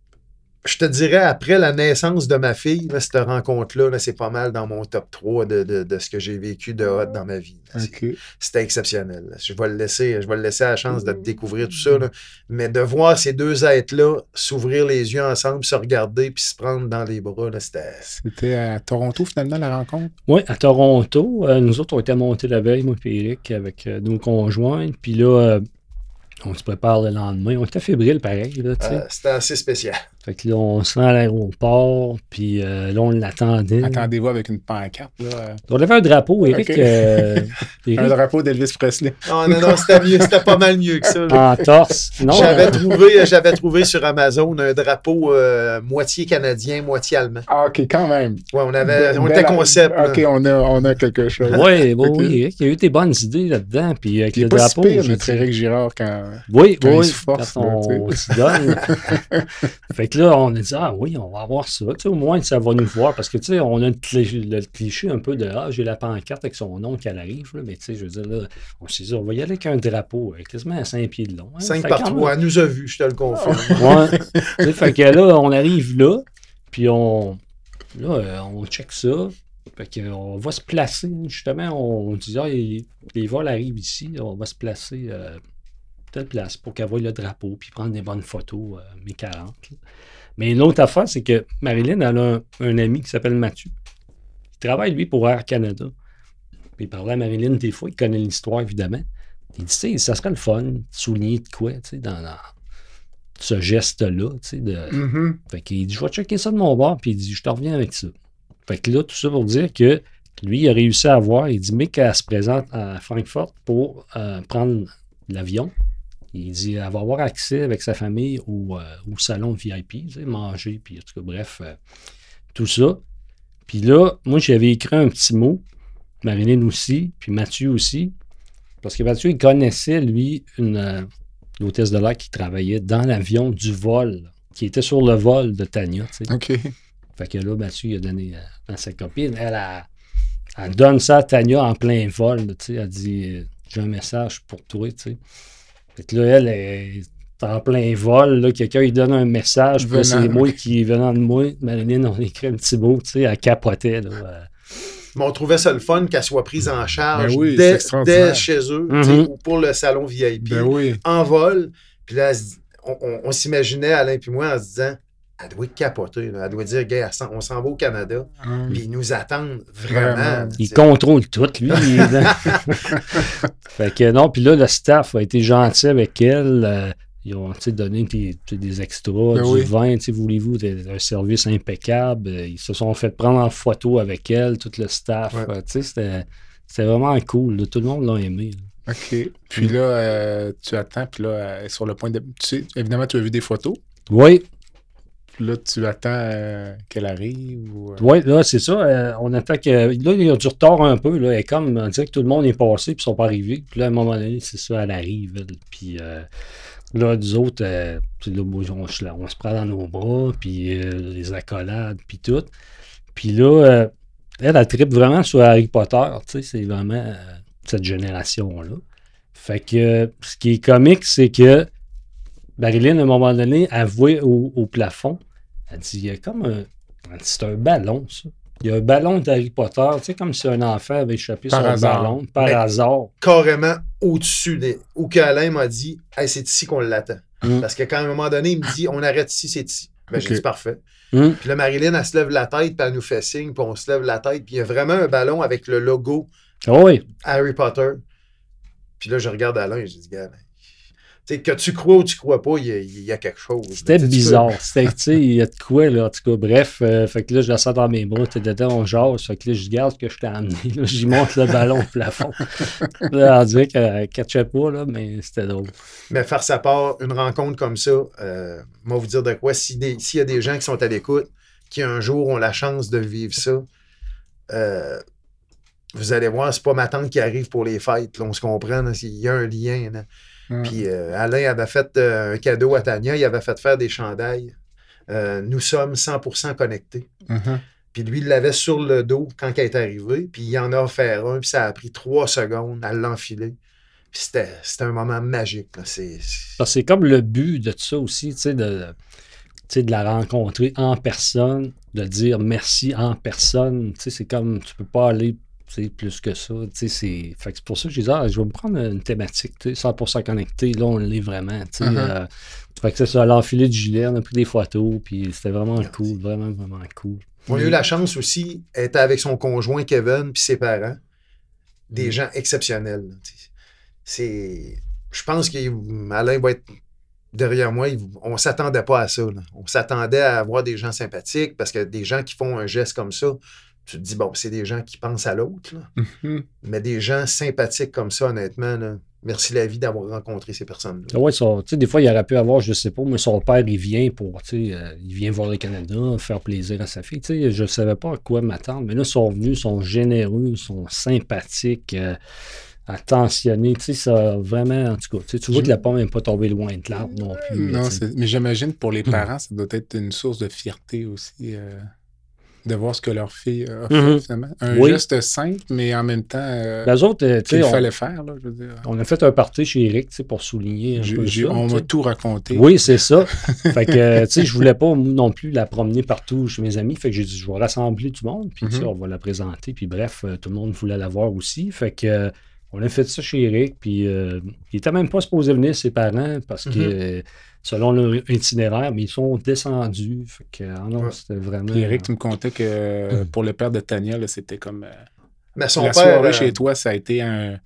je te dirais, après la naissance de ma fille, là, cette rencontre-là, là, c'est pas mal dans mon top trois de, de, de ce que j'ai vécu de hot dans ma vie. Okay. C'était exceptionnel. Là. Je vais le laisser, je vais le laisser à la chance de découvrir tout ça. Là. Mais de voir ces deux êtres-là s'ouvrir les yeux ensemble, se regarder puis se prendre dans les bras, là, c'était... C'était à Toronto, finalement, la rencontre? Oui, à Toronto. Euh, nous autres, on était montés la veille, moi et Éric, avec euh, nos conjoints. Puis là... Euh, on se prépare le lendemain. On était fébrile, pareil. Là, euh, c'était assez spécial. Fait que là, on se rend à l'aéroport, puis euh, là, on l'attendait. Attendez-vous avec une pancarte, là. On avait un drapeau, Éric. Ok. Euh, Éric Un drapeau d'Elvis Presley. Oh, non, non, c'était mieux, c'était pas mal mieux que ça. là. en torse. Non, J'avais euh, trouvé, j'avais trouvé sur Amazon un drapeau euh, moitié canadien, moitié allemand. Ah, OK, quand même. Ouais, on avait, on Belle- était concept. là. OK, on a, on a quelque chose. oui, oui, Ok. oui, Éric, il y a eu des bonnes idées là-dedans. Puis avec Il est le pas drapeau. si pire, j'ai notre dit- Éric Girard, quand... Oui, quand il oui, se force, quand là, on tu s'y donne. Fait que là, on a dit, ah oui, on va avoir ça. Tu sais, au moins, ça va nous voir. Parce que, tu sais, on a le cliché, le cliché un peu de, ah, j'ai la pancarte avec son nom qui arrive. Là. Mais, tu sais, je veux dire, là, on s'est dit, on va y aller avec un drapeau, euh, quasiment à cinq pieds de long. hein. Cinq Fait par quand trois, même- elle nous a vus, je te le confirme. Ouais. Tu sais, fait que là, on arrive là, puis on, là, euh, on check ça. Fait que, on va se placer, justement, on dit, ah, les, les vols arrivent ici, on va se placer euh, telle place pour qu'elle voie le drapeau, puis prendre des bonnes photos, euh, mes quarante. là. Mais l'autre affaire, c'est que Marilyn, elle a un, un ami qui s'appelle Mathieu. Il travaille, lui, pour Air Canada. Puis il parlait à Marilyn des fois, il connaît l'histoire, évidemment. Il dit, tu sais, ça serait le fun de souligner de quoi, tu sais, dans, dans ce geste-là, tu sais, de... Mhm. Fait qu'il dit, je vais checker ça de mon bord, puis il dit, je te reviens avec ça. Fait que là, tout ça pour dire que lui, il a réussi à avoir, il dit, mais qu'elle se présente à Francfort pour euh, prendre l'avion. Il dit, elle va avoir accès avec sa famille au, euh, au salon V I P, tu sais, manger, puis en tout cas, bref, euh, tout ça. Puis là, moi, j'avais écrit un petit mot, Marilyn aussi, puis Mathieu aussi, parce que Mathieu, il connaissait, lui, une euh, l'hôtesse de l'air qui travaillait dans l'avion du vol, qui était sur le vol de Tania, tu sais. OK. Fait que là, Mathieu, il a donné euh, à sa copine. Elle, elle, elle donne ça à Tania en plein vol. Tu sais, elle dit, euh, j'ai un message pour toi. Tu sais. Fait que là, elle est en plein vol. Là, quelqu'un lui donne un message. Puis là, Venant. c'est moi qui, venant de moi, Marilyn, on écrit un petit mot. Tu sais, elle capotait. Là, euh. Mais on trouvait ça le fun qu'elle soit prise en charge Ben oui, c'est dès, extraordinaire. dès chez eux, Mhm. tu sais, ou pour le salon V I P, Ben oui. en vol. Puis là, elle se dit- on, on- on s'imaginait, Alain puis moi, en se disant, elle doit capoter. là. Elle doit dire, gars, elle s'en- on s'en va au Canada. Hum. Puis ils nous attendent vraiment. Vraiment. tu Il sais. contrôle tout, lui. il est dans- fait que non, puis là, le staff a été gentil avec elle. euh, ils ont tu sais, donné des, tu sais, des extras, Ben du oui. vin, tu sais, voulez-vous, des- un service impeccable. Euh, Ils se sont fait prendre en photo avec elle, tout le staff. Ouais. Euh, tu sais, c'était, c'était vraiment cool. là. Tout le monde l'a aimé. là. OK. Puis là, euh, tu attends, puis là, elle est sur le point de... Tu sais, évidemment, tu as vu des photos. Oui, Puis là, tu attends euh, qu'elle arrive ou... euh, oui, là, c'est ça. euh, on attend que. Là, il y a du retard un peu. Là, et comme on dirait que tout le monde est passé, puis ils sont pas arrivés. Puis là, à un moment donné, c'est ça, elle arrive. elle. Puis euh, là, nous autres, euh, puis là, moi, on, se- on se prend dans nos bras, puis euh, les accolades, puis tout. Puis là, euh, elle, elle tripe vraiment sur Harry Potter. Tu sais, c'est vraiment euh, cette génération-là. Fait que euh, ce qui est comique, c'est que Marilyn, à un moment donné, elle voit au, au plafond. Elle dit, il y a comme un. Elle dit, c'est un ballon, ça. Il y a un ballon d'Harry Potter, tu sais, comme si un enfant avait échappé Par son hasard. ballon, par Mais- hasard. Carrément au-dessus des. Ou qu'Alain m'a dit, hey, c'est ici qu'on l'attend. Mm. Parce que quand à un moment donné, il me dit, on arrête ici, c'est ici. Ben, j'ai Ok. dit, parfait. Hum. Puis là, Marilyn, elle se lève la tête, puis elle nous fait signe, puis on se lève la tête, puis il y a vraiment un ballon avec le logo Ah oui, Harry Potter. Puis là, je regarde Alain et je dis, gars, ben, tu sais, que tu crois ou tu crois pas, il y a, il y a quelque chose. là. c'était Tu sais, tu bizarre. C'était, tu sais, il y a de quoi, là, en tout cas. Bref, euh, fait que là, je la sens dans mes bras, t'es dedans, on jase. Fait que là, je garde ce que je t'ai amené. Là, j'y monte le ballon au plafond. Là, on dirait qu'elle ne catchait pas, là, mais c'était drôle. peux- Mais faire sa part, une rencontre comme ça, euh, moi, vous dire de quoi, si des- s'il y a des gens qui sont à l'écoute, qui un jour ont la chance de vivre ça, euh, vous allez voir, c'est pas ma tante qui arrive pour les fêtes, là, on se comprend, là, il y a un lien. Là. hum. Puis euh, Alain avait fait euh, un cadeau à Tania, il avait fait faire des chandails. Euh, nous sommes cent pour cent connectés. Mhm. Puis lui, il l'avait sur le dos quand elle est arrivée, puis il en a offert un, puis ça a pris trois secondes à l'enfiler. Puis c'était, c'était un moment magique. Là. C'est, c'est- Parce que c'est comme le but de tout ça aussi, tu sais, de, tu sais, de la rencontrer en personne, de dire merci en personne. Tu sais, c'est comme, tu peux pas aller tu sais, plus que ça. Tu sais, c'est... Fait que c'est pour ça que je disais, ah, je vais me prendre une thématique, tu sais, cent pour cent connecté. Là, on l'est vraiment. Tu sais, Mhm. euh, fait que c'est ça, l'enfilé du gilet, on a pris des photos, puis c'était vraiment cool, vraiment, vraiment cool. On a eu la chance aussi, elle était avec son conjoint Kevin, puis ses parents. Des Mm. gens exceptionnels. là, tu sais. C'est... Je pense qu'Alain va être derrière moi, ils- on ne s'attendait pas à ça. Là. On s'attendait à avoir des gens sympathiques parce que des gens qui font un geste comme ça, tu te dis, bon, c'est des gens qui pensent à l'autre. Là. Mhm. Mais des gens sympathiques comme ça, honnêtement, là, merci la vie d'avoir rencontré ces personnes-là. Ouais, ça, tu sais, des fois, il aurait pu avoir, je sais pas, mais son père, il vient pour, tu sais, euh, il vient voir le Canada, faire plaisir à sa fille. Tu sais, je savais pas à quoi m'attendre, mais là, ils sont venus, ils sont généreux, ils sont sympathiques, euh, attentionnés. Tu sais, ça, vraiment, en tout cas, tu sais, tu vois que la pomme n'est pas tombée loin de l'arbre non plus. Non, tu sais. c'est- mais j'imagine pour les parents, ça doit être une source de fierté aussi euh, de voir ce que leur fille a fait, Mhm. finalement. Un Oui. geste simple, mais en même temps, euh, Les autres, euh, tu qu'il sais, on, fallait faire, là, je veux dire. on a fait un party chez Eric, tu sais, pour souligner un J'ai- peu j'ai- ça. on tu m'a sais. tout raconté. Oui, c'est ça. Fait que, euh, tu sais, je voulais pas moi, non plus la promener partout chez mes amis. Fait que j'ai dit, je vais rassembler tout le monde, puis tu sais, Mhm. on va la présenter. Puis bref, euh, tout le monde voulait la voir aussi. Fait que, euh, on a fait ça chez Eric, puis euh, il était même pas supposé venir, ses parents, parce que, Mhm. euh, selon leur itinéraire, mais ils sont descendus. Fait que, ah non, Ouais. c'était vraiment... Puis Eric, tu me contais que euh, pour le père de Tania, là, c'était comme... euh, Mais son la père, soirée euh, chez toi, ça a été un,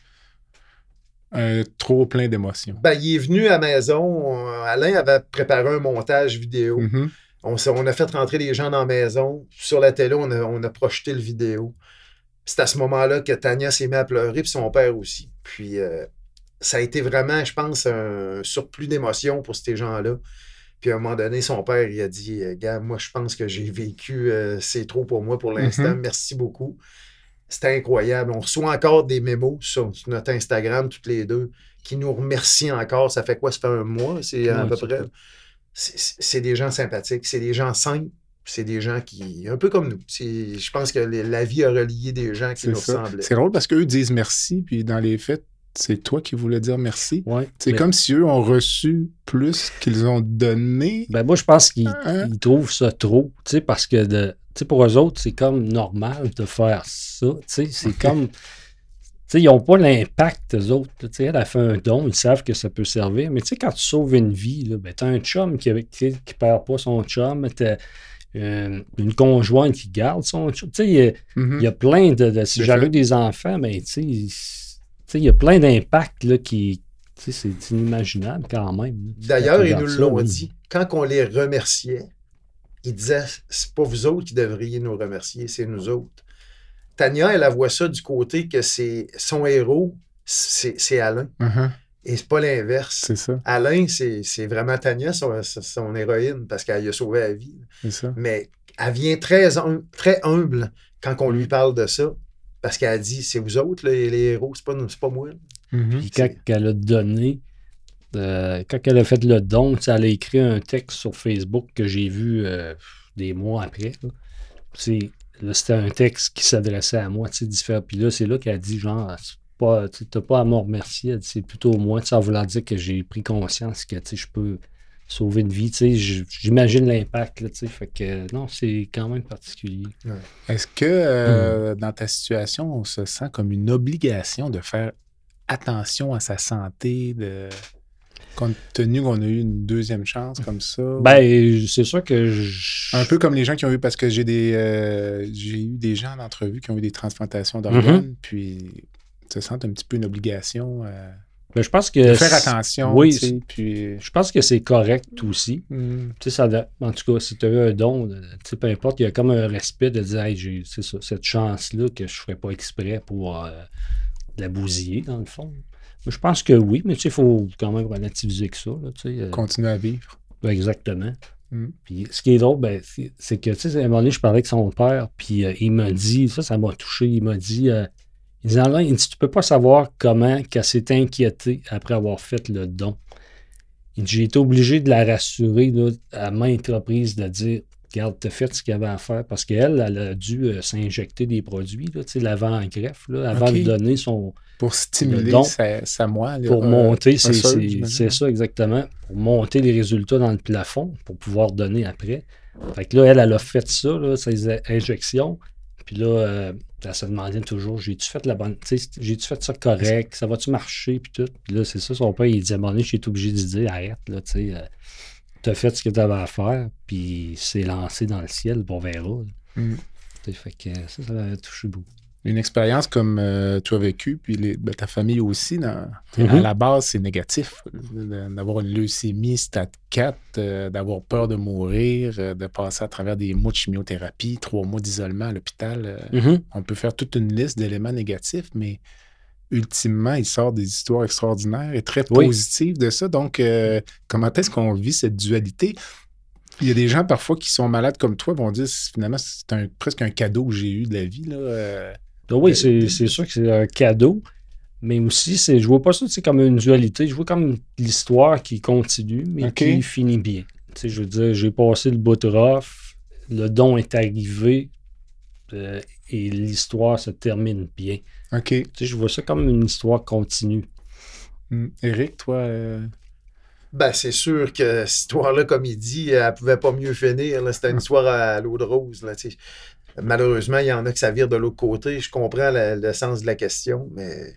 un trop plein d'émotions. ben, il est venu à la maison. euh, Alain avait préparé un montage vidéo. Mhm. On, s'est- on a fait rentrer les gens dans la maison. Sur la télé, on a, on a projeté le vidéo. C'est à ce moment-là que Tania s'est mise à pleurer, puis son père aussi. Puis euh, ça a été vraiment, je pense, un surplus d'émotions pour ces gens-là. Puis à un moment donné, son père, il a dit euh, gars, moi, je pense que j'ai vécu, euh, c'est trop pour moi pour l'instant. Mhm. Merci beaucoup. C'était incroyable. On reçoit encore des mémos sur notre Instagram, toutes les deux, qui nous remercient encore. Ça fait quoi? Ça fait un mois, c'est à Ouais, peu c'est près. ça. C'est- C'est c'est des gens sympathiques, c'est des gens simples, c'est des gens qui, un peu comme nous. C'est- Je pense que les- la vie a relié des gens qui C'est nous ça. ressemblaient. C'est drôle parce qu'eux disent merci, puis dans les faits, c'est toi qui voulais dire merci. Ouais. C'est Mais- comme si eux ont reçu plus qu'ils ont donné. Ben moi, je pense qu'ils Hein? ils trouvent ça trop, tu sais, parce que de, tu sais, pour eux autres, c'est comme normal de faire ça, tu sais, c'est comme, tu sais, ils n'ont pas l'impact, eux autres, là, tu sais, elle a fait un don, ils savent que ça peut servir, mais tu sais, quand tu sauves une vie, là, ben t'as un chum qui, qui, qui perd pas son chum, t'as euh, une conjointe qui garde son chum, tu sais, il y a- Mhm. il y a plein de, de si De j'avais fait. eu des enfants, ben, tu sais, il- tu sais, il y a plein d'impacts, là, qui, tu sais, c'est inimaginable quand même. là. D'ailleurs, Quand tu ils regardes nous ça, l'ont oui. dit. Quand on les remerciait, ils disaient c'est pas vous autres qui devriez nous remercier, c'est nous autres. Tania, elle, elle voit ça du côté que c'est son héros, c'est c'est Alain. Mhm. Et c'est pas l'inverse. C'est ça, Alain, c'est c'est vraiment Tania, son, son héroïne, parce qu'elle lui a sauvé la vie. c'est ça. Mais elle vient très, hum- très humble quand on lui parle de ça. Parce qu'elle a dit, c'est vous autres, les, les héros, c'est pas, nous- c'est pas moi. Mhm. Puis quand elle a donné, euh, quand elle a fait le don, tu sais, elle a écrit un texte sur Facebook que j'ai vu euh, des mois après. Là. C'est- là, c'était un texte qui s'adressait à moi, tu sais, différent. Puis là, c'est là qu'elle a dit, genre, c'est pas, tu n'as pas à me remercier. Elle dit, c'est plutôt moi, tu sais, en voulant dire que j'ai pris conscience que, tu sais, je peux sauver une vie, tu sais, j- j'imagine l'impact, là, tu sais. Fait que, non, c'est quand même particulier. Est-ce que euh, dans ta situation, on se sent comme une obligation de faire attention à sa santé, de... compte tenu qu'on a eu une deuxième chance comme ça? Ben, c'est sûr que je... Un peu comme les gens qui ont eu, parce que j'ai des euh, j'ai eu des gens en entrevue qui ont eu des transplantations d'organes, puis se sentent un petit peu une obligation euh, Ben, je pense que... de faire attention. Oui, tu sais, puis... je pense que c'est correct aussi. Hmm. Tu sais, ça, doit- en tout cas, si tu as eu un don, euh, tu sais, peu importe, il y a comme un respect de dire, hey, j'ai c'est ça, cette chance-là que je ne ferais pas exprès pour euh, la bousiller, dans le fond. Mais je pense que oui, mais tu sais, il faut quand même relativiser que ça. Là, tu sais, euh, Continuer à vivre. ben, exactement. Mm. Puis ce qui est drôle, ben, c'est c'est que, tu sais, à un moment donné, je parlais avec son père, puis euh, il m'a dit, ça, ça m'a touché, il m'a dit, euh, il dit, Alain, il dit, tu peux pas savoir comment qu'elle s'est inquiétée après avoir fait le don. Il dit, j'ai été obligé de la rassurer là, à maintes reprises, de dire, regarde, t'as fait ce qu'il y avait à faire, parce qu'elle, elle a dû euh, s'injecter des produits, là, tu sais, l'avant-greffe, là, avant Ok. de donner son... Pour Le stimuler don. sa, sa moelle. Pour euh, monter, c'est osseuse, c'est- j'imagine. c'est ça exactement. Pour monter les résultats dans le plafond, pour pouvoir donner après. Fait que là, elle, elle a fait ça, là, ces in- injections. Puis là, euh, elle se demandait toujours, j'ai-tu fait la bonne, tu sais, j'ai-tu fait ça correct, ça va-tu marcher, puis tout. Puis là, c'est ça, son père, il dit à un moment donné, j'ai été obligé de dire, arrête, là, tu sais, euh, t'as fait ce que t'avais à faire, puis c'est lancé dans le ciel, puis on verra. là. Mm. Tu sais, fait que ça, ça m'a touché beaucoup. Une expérience comme euh, tu as vécu, puis les, ben, ta famille aussi, dans, Mm-hmm. à la base, c'est négatif. D'avoir une leucémie stade quatre, euh, d'avoir peur de mourir, euh, de passer à travers des mois de chimiothérapie, trois mois d'isolement à l'hôpital. Euh, Mm-hmm. On peut faire toute une liste d'éléments négatifs, mais ultimement, il sort des histoires extraordinaires et très Oui. positives de ça. Donc, euh, comment est-ce qu'on vit cette dualité? Il y a des gens parfois qui sont malades comme toi, vont dire finalement, c'est un, presque un cadeau que j'ai eu de la vie. Là, euh, Donc, oui, de- c'est de- c'est sûr que c'est un cadeau, mais aussi, c'est, je vois pas ça comme une dualité, je vois comme l'histoire qui continue, mais Ok. qui finit bien. Tu sais, je veux dire, j'ai passé le bout rough, le don est arrivé, euh, et l'histoire se termine bien. OK. Tu sais, je vois ça comme une histoire continue. Hmm. Éric, toi, euh, Ben, c'est sûr que cette histoire-là, comme il dit, elle pouvait pas mieux finir. là. C'était une histoire à l'eau de rose. Là, tu sais. Malheureusement, il y en a que ça vire de l'autre côté. Je comprends la- le sens de la question, mais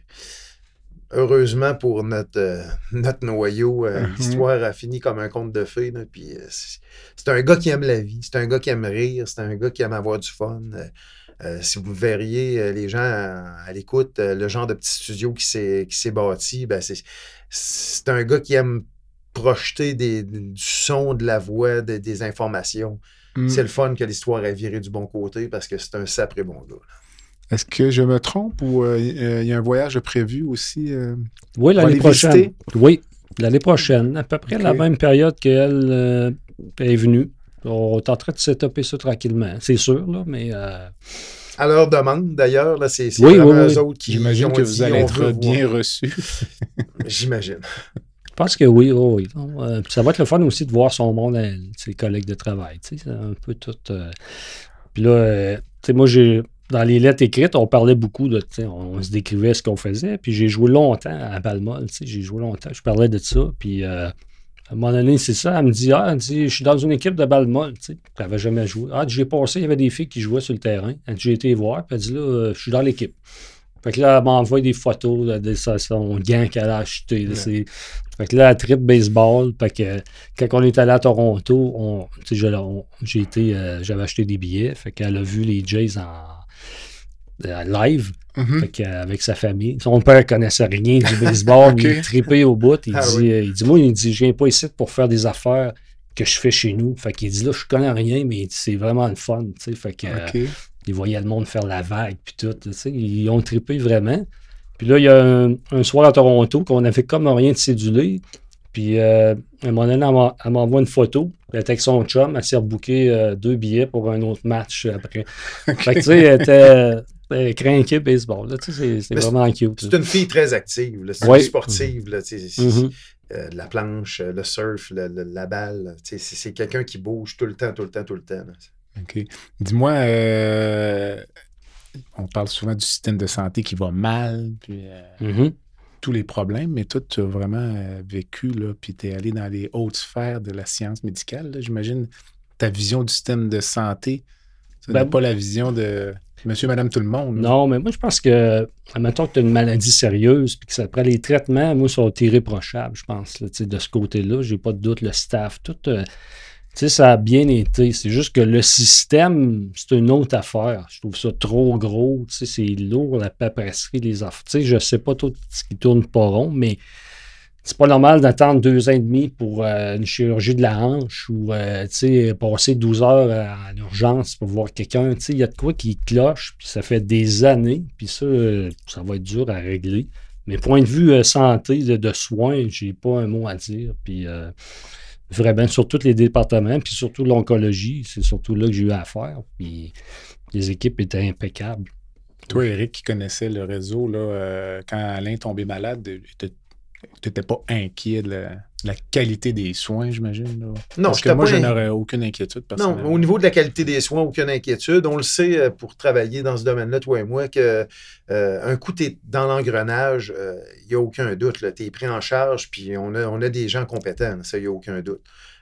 heureusement pour notre, euh, notre noyau, euh, Mhm. l'histoire a fini comme un conte de fées. là. Puis, euh, c'est c'est un gars qui aime la vie. C'est un gars qui aime rire. C'est un gars qui aime avoir du fun. Euh, euh, si vous verriez euh, les gens à, à l'écoute, euh, le genre de petit studio qui s'est qui s'est bâti, ben c'est c'est un gars qui aime projeter des, du son, de la voix, de- des informations. hmm, C'est le fun que l'histoire ait viré du bon côté parce que c'est un sapré bon gars. là. est-ce que je me trompe ou euh, il y a un voyage prévu aussi? euh? Oui, va l'année les prochaine. visiter? Oui, l'année prochaine, à peu près Ok. la même période qu'elle euh, est venue. On est en train de setuper ça tranquillement, c'est sûr, là, mais euh, À leur demande, d'ailleurs, là, c'est c'est Oui, vraiment oui, eux oui. autres qui, qui J'imagine ont que dit, vous allez on être veut bien voir. reçus. J'imagine. je pense que oui, oui, oui. Non, euh, puis ça va être le fun aussi de voir son monde, euh, ses collègues de travail. Tu sais, c'est un peu tout. euh, Puis là, euh, tu sais, moi, j'ai. Dans les lettres écrites, on parlait beaucoup de. Tu sais, on, on se décrivait ce qu'on faisait. Puis j'ai joué longtemps à Balmol. Tu sais, j'ai joué longtemps. Je parlais de ça. Puis euh, à un moment donné, c'est ça. Elle me dit Ah, elle dit, je suis dans une équipe de Balmol. Tu sais, elle n'avait jamais joué. Ah, j'ai passé, il y avait des filles qui jouaient sur le terrain. Elle dit, j'ai été voir. Puis elle dit là, euh, je suis dans l'équipe. Fait que là, elle m'envoie des photos là, de sa- son gant qu'elle a acheté. là, Ouais. c'est- Fait que là, elle tripe baseball. Fait que quand on est allé à Toronto, on, tu sais, je- on- j'ai été, euh, j'avais acheté des billets. Fait qu'elle a vu les Jays en, en live. Mhm. Fait qu'avec sa famille. Son père connaissait rien du baseball, Ok. il tripait au bout. Il, Ah dit, oui. euh, il dit, moi, il dit, je viens pas ici pour faire des affaires que je fais chez nous. Fait qu'il dit, là, je connais rien, mais il dit, c'est vraiment le fun. tu sais. Fait que, euh, OK. ils voyaient le monde faire la vague, puis tout. tu sais, Ils ont trippé vraiment. Puis là, il y a un, un soir à Toronto qu'on avait comme rien de cédulé. Puis euh, à un moment donné, elle m'en- elle m'envoie une photo. Elle était avec son chum. Elle s'est rebooké euh, deux billets pour un autre match après. Fait que tu sais, elle était, elle était craquée baseball. Là, tu sais, c'est, c'est Mais vraiment cute. C'est là. une fille très active. là. C'est Oui. une sportive. Là, tu sais, c'est- Mhm. euh, la planche, euh, le surf, le- le- la balle. là, tu sais, C'est c'est quelqu'un qui bouge tout le temps, tout le temps, tout le temps. là. OK. Dis-moi, euh, on parle souvent du système de santé qui va mal, puis euh, Mhm. tous les problèmes, mais toi, tu as vraiment euh, vécu, là, puis tu es allé dans les hautes sphères de la science médicale. là. J'imagine ta vision du système de santé, ce Ben, n'est pas la vision de monsieur, madame, tout le monde. là. Non, mais moi, je pense que, admettons que tu as une maladie sérieuse puis que ça prend les traitements, moi, sont irréprochables, je pense. Là, tu sais, de ce côté-là, j'ai pas de doute. Le staff, tout. euh, tu sais, ça a bien été. C'est juste que le système, c'est une autre affaire. Je trouve ça trop gros. Tu sais, c'est lourd, la paperasserie, les affaires. Tu sais, je sais pas tout ce qui tourne pas rond, mais c'est pas normal d'attendre deux ans et demi pour euh, une chirurgie de la hanche ou euh, tu sais, passer douze heures à, à l'urgence pour voir quelqu'un. Tu sais, il y a de quoi qui cloche, puis ça fait des années, puis ça, euh, ça va être dur à régler. Mais point de vue euh, santé, de, de soins, j'ai pas un mot à dire. Puis euh, vraiment, sur tous les départements, puis surtout l'oncologie, c'est surtout là que j'ai eu affaire. Puis les équipes étaient impeccables. Toi, Eric, qui connaissait le réseau, là, euh, quand Alain tombait malade, tu n'étais pas inquiet de la, de la qualité des soins, j'imagine? Là? Non, Parce que j'étais moi, pas je in- n'aurais aucune inquiétude Non, personnellement. au niveau de la qualité des soins, aucune inquiétude. On le sait euh, pour travailler dans ce domaine-là, toi et moi, que euh, un coup tu es dans l'engrenage, il n'y a aucun doute. Tu es pris en charge, puis on a, on a des gens compétents, ça, il n'y a aucun doute.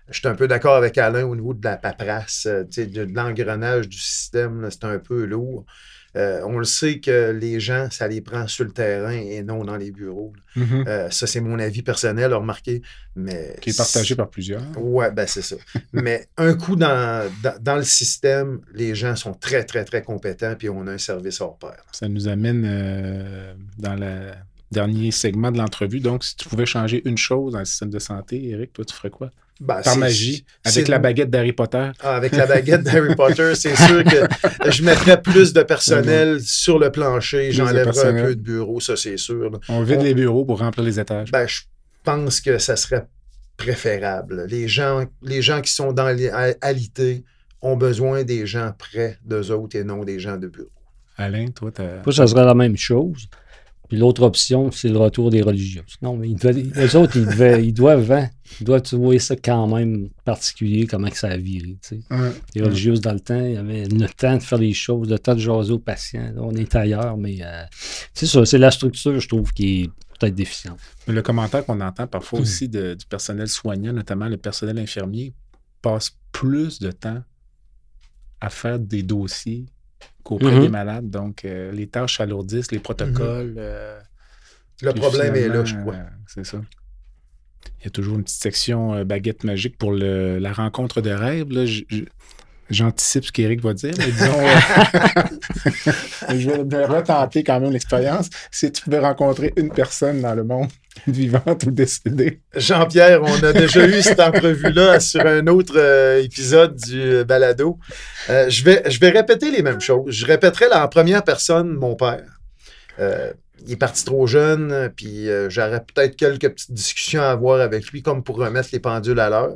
je suis un peu d'accord avec Alain au niveau de la paperasse, euh, de, de l'engrenage du système, là, c'est un peu lourd. Euh, on le sait que les gens, ça les prend sur le terrain et non dans les bureaux. Mm-hmm. Euh, ça, c'est mon avis personnel, remarquez. Mais Qui est partagé par plusieurs. Ouais, ben c'est ça. Mais un coup dans, dans, dans le système, les gens sont très, très, très compétents, puis on a un service hors pair. Ça nous amène euh, dans le dernier segment de l'entrevue. Donc, si tu pouvais changer une chose dans le système de santé, Éric, toi, tu ferais quoi? Ben, Par c'est, magie, c'est, avec la baguette d'Harry Potter. Ah, avec la baguette d'Harry Potter, c'est sûr que je mettrais plus de personnel sur le plancher, plus j'enlèverais un peu de bureau, ça c'est sûr. Là. On vide On... les bureaux pour remplir les étages. Ben, je pense que ça serait préférable. Les gens, les gens qui sont dans l'alité ont besoin des gens près d'eux autres et non des gens de bureau. Alain, toi, t'as... Moi, ça serait la même chose. Puis l'autre option, c'est le retour des religieuses. Non, mais ils devaient, eux autres, ils, devaient, ils doivent, hein, ils doivent trouver ça quand même particulier, comment que ça a viré. Tu sais. Ouais. Les religieuses, dans le temps, il y avait le temps de faire les choses, le temps de jaser aux patients. Là, on est ailleurs, mais euh, c'est ça, c'est la structure, je trouve, qui est peut-être déficiente. Mais le commentaire qu'on entend parfois mmh. aussi de, du personnel soignant, notamment le personnel infirmier, passe plus de temps à faire des dossiers qu'auprès mm-hmm. des malades. Donc, euh, les tâches s'alourdissent, les protocoles. Mm-hmm. Euh, le problème est là, je crois. Euh, c'est ça. Il y a toujours une petite section euh, baguette magique pour le, la rencontre de rêve. Là, j, j, j'anticipe ce qu'Éric va dire, mais disons... je vais retenter quand même l'expérience. Si tu pouvais rencontrer une personne dans le monde, vivante ou décédée. Jean-Pierre, on a déjà eu cette entrevue-là sur un autre euh, épisode du balado. Euh, je, vais, je vais répéter les mêmes choses. Je répéterai là, en première personne mon père. Euh, il est parti trop jeune, puis euh, j'aurais peut-être quelques petites discussions à avoir avec lui, comme pour remettre les pendules à l'heure.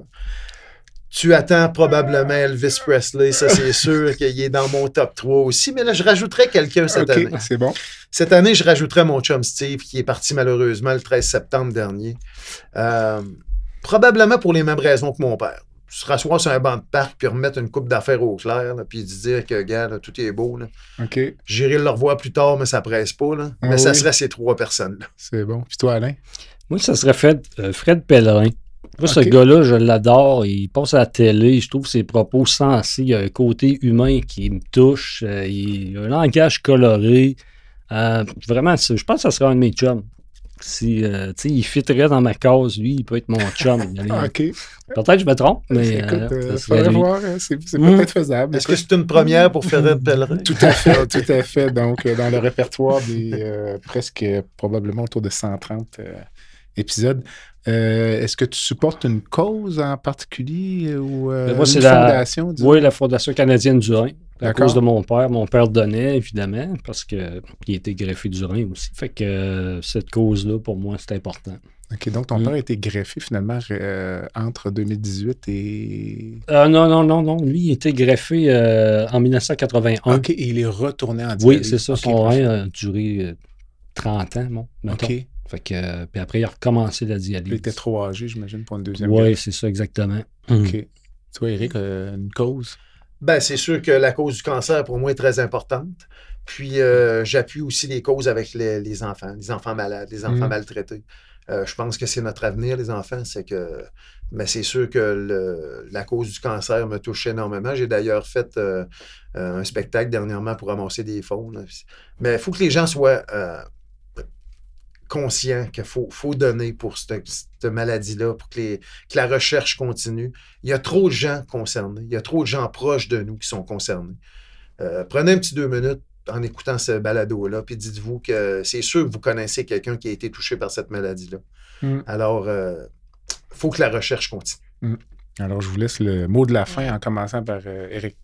Tu attends probablement Elvis Presley, ça c'est sûr qu'il est dans mon top trois aussi, mais là je rajouterais quelqu'un cette okay, année. C'est bon. Cette année, je rajouterais mon chum Steve, qui est parti malheureusement le treize septembre dernier. Euh, probablement pour les mêmes raisons que mon père. Se rasseoir sur un banc de parc puis remettre une coupe d'affaires au clair, là, puis dire que, gars, là, tout est beau. Là. Okay. J'irai le revoir plus tard, mais ça presse pas. Là. Ah, mais oui. ça serait ces trois personnes-là. C'est bon. Puis toi, Alain? Moi, ça serait Fred, euh, Fred Pellerin. Moi, okay. ce gars-là, je l'adore. Il passe à la télé. Je trouve ses propos sensés. Il y a un côté humain qui me touche. Euh, il a un langage coloré. Euh, vraiment, je pense que ça serait un de mes chums. Si, euh, il fitterait dans ma case, lui, il peut être mon chum. Ah, okay. Peut-être que je me trompe, mais... Écoute, euh, euh, faudrait voir, c'est, c'est mmh. peut-être faisable. Est-ce que c'est une première pour Fred Pellerin? Tout à fait, tout à fait. Donc, dans le répertoire des euh, presque, probablement autour de cent trente euh, épisodes, Euh, est-ce que tu supportes une cause en particulier ou euh, moi, c'est une la, fondation? Disons? Oui, la Fondation canadienne du rein. À D'accord. cause de mon père. Mon père donnait, évidemment, parce qu'il était greffé du rein aussi. Fait que euh, cette cause-là, pour moi, c'est important. OK, donc ton mmh. père a été greffé finalement euh, entre deux mille dix-huit et... Euh, non, non, non, non. Lui, il était greffé euh, en dix-neuf quatre-vingt-un. OK, et il est retourné en dialyse. Oui, c'est ça. Okay, son rein a duré euh, trente ans, bon, mettons. OK. Fait que, euh, puis après, il a recommencé la dialyse. Il était trop âgé, j'imagine, pour une deuxième Oui, greffe. c'est ça, exactement. OK. Mmh. Toi, Éric, euh, une cause? Ben, c'est sûr que la cause du cancer, pour moi, est très importante. Puis, euh, j'appuie aussi les causes avec les, les enfants, les enfants malades, les enfants mmh. maltraités. Euh, je pense que c'est notre avenir, les enfants. C'est que, ben, c'est sûr que le, la cause du cancer me touche énormément. J'ai d'ailleurs fait euh, un spectacle dernièrement pour ramasser des fonds. Là. Mais il faut que les gens soient euh, conscients qu'il faut, faut donner pour cette, cette maladie-là, pour que, les, que la recherche continue. Il y a trop de gens concernés. Il y a trop de gens proches de nous qui sont concernés. Euh, prenez un petit deux minutes en écoutant ce balado-là, puis dites-vous que c'est sûr que vous connaissez quelqu'un qui a été touché par cette maladie-là. Mm. Alors, il euh, faut que la recherche continue. Mm. Alors, je vous laisse le mot de la fin en commençant par euh, Éric.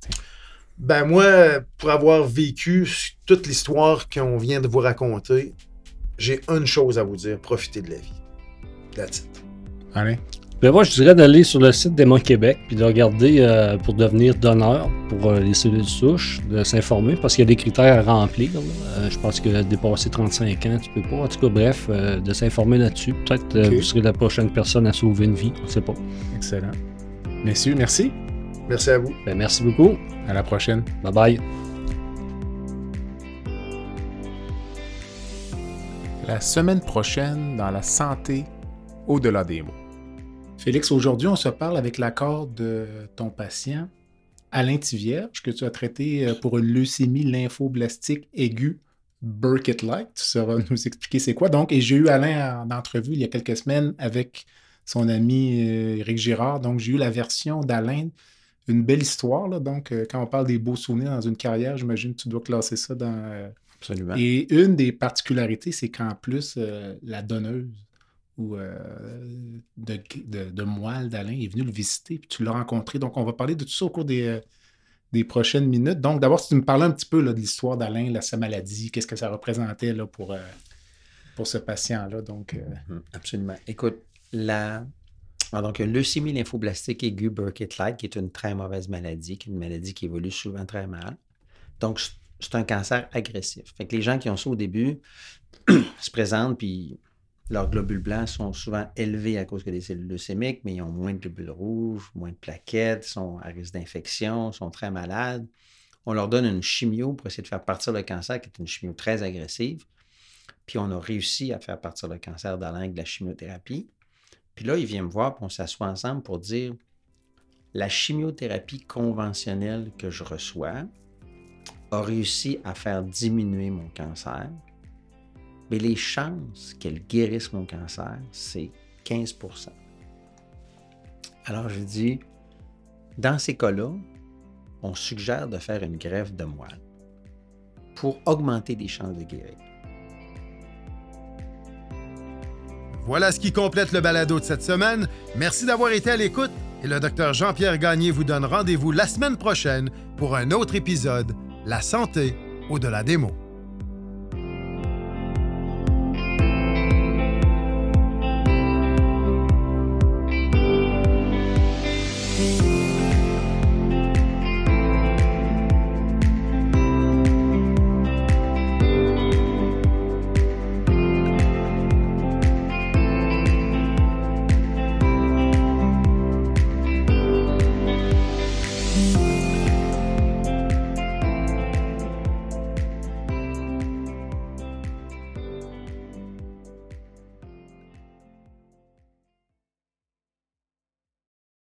Ben moi, pour avoir vécu toute l'histoire qu'on vient de vous raconter, j'ai une chose à vous dire, profitez de la vie. That's it. Allez. Ben moi, je dirais d'aller sur le site d'Emma Québec puis de regarder euh, pour devenir donneur pour euh, les cellules souches, de s'informer parce qu'il y a des critères à remplir. Euh, je pense que dépasser trente-cinq ans, tu peux pas. En tout cas, bref, euh, de s'informer là-dessus. Peut-être euh, okay. vous serez la prochaine personne à sauver une vie, on ne sait pas. Excellent. Messieurs, merci. Merci à vous. Ben, merci beaucoup. À la prochaine. Bye bye. La semaine prochaine, dans la santé au-delà des mots. Félix, aujourd'hui, on se parle avec l'accord de ton patient, Alain Tivierge, que tu as traité pour une leucémie lymphoblastique aiguë Burkitt-like. Tu sauras nous expliquer c'est quoi. Donc, et j'ai eu Alain en entrevue il y a quelques semaines avec son ami euh, Éric Girard. Donc, j'ai eu la version d'Alain. Une belle histoire, là. Donc, euh, quand on parle des beaux souvenirs dans une carrière, j'imagine que tu dois classer ça dans... Euh... Absolument. Et une des particularités, c'est qu'en plus, euh, la donneuse ou euh, de, de, de moelle d'Alain est venue le visiter, puis tu l'as rencontré. Donc, on va parler de tout ça au cours des, euh, des prochaines minutes. Donc, d'abord, si tu me parlais un petit peu là, de l'histoire d'Alain, là, sa maladie, qu'est-ce que ça représentait là, pour, euh, pour ce patient-là. Donc, euh... Absolument. Écoute, la... Alors, donc, une leucémie lymphoblastique aiguë Burkitt-like, qui est une très mauvaise maladie, qui est une maladie qui évolue souvent très mal. Donc, c'est un cancer agressif. Fait que les gens qui ont ça au début se présentent, puis leurs globules blancs sont souvent élevés à cause que des cellules leucémiques, mais ils ont moins de globules rouges, moins de plaquettes, sont à risque d'infection, sont très malades. On leur donne une chimio pour essayer de faire partir le cancer, qui est une chimio très agressive. Puis on a réussi à faire partir le cancer d'Alain avec de la chimiothérapie. Puis là, il vient me voir, puis on s'assoit ensemble pour dire la chimiothérapie conventionnelle que je reçois a réussi à faire diminuer mon cancer. Mais les chances qu'elle guérisse mon cancer, c'est quinze pour cent. Alors, je dis, dans ces cas-là, on suggère de faire une greffe de moelle pour augmenter les chances de guérir. Voilà ce qui complète le balado de cette semaine. Merci d'avoir été à l'écoute et le docteur Jean-Pierre Gagné vous donne rendez-vous la semaine prochaine pour un autre épisode, La santé au-delà des mots.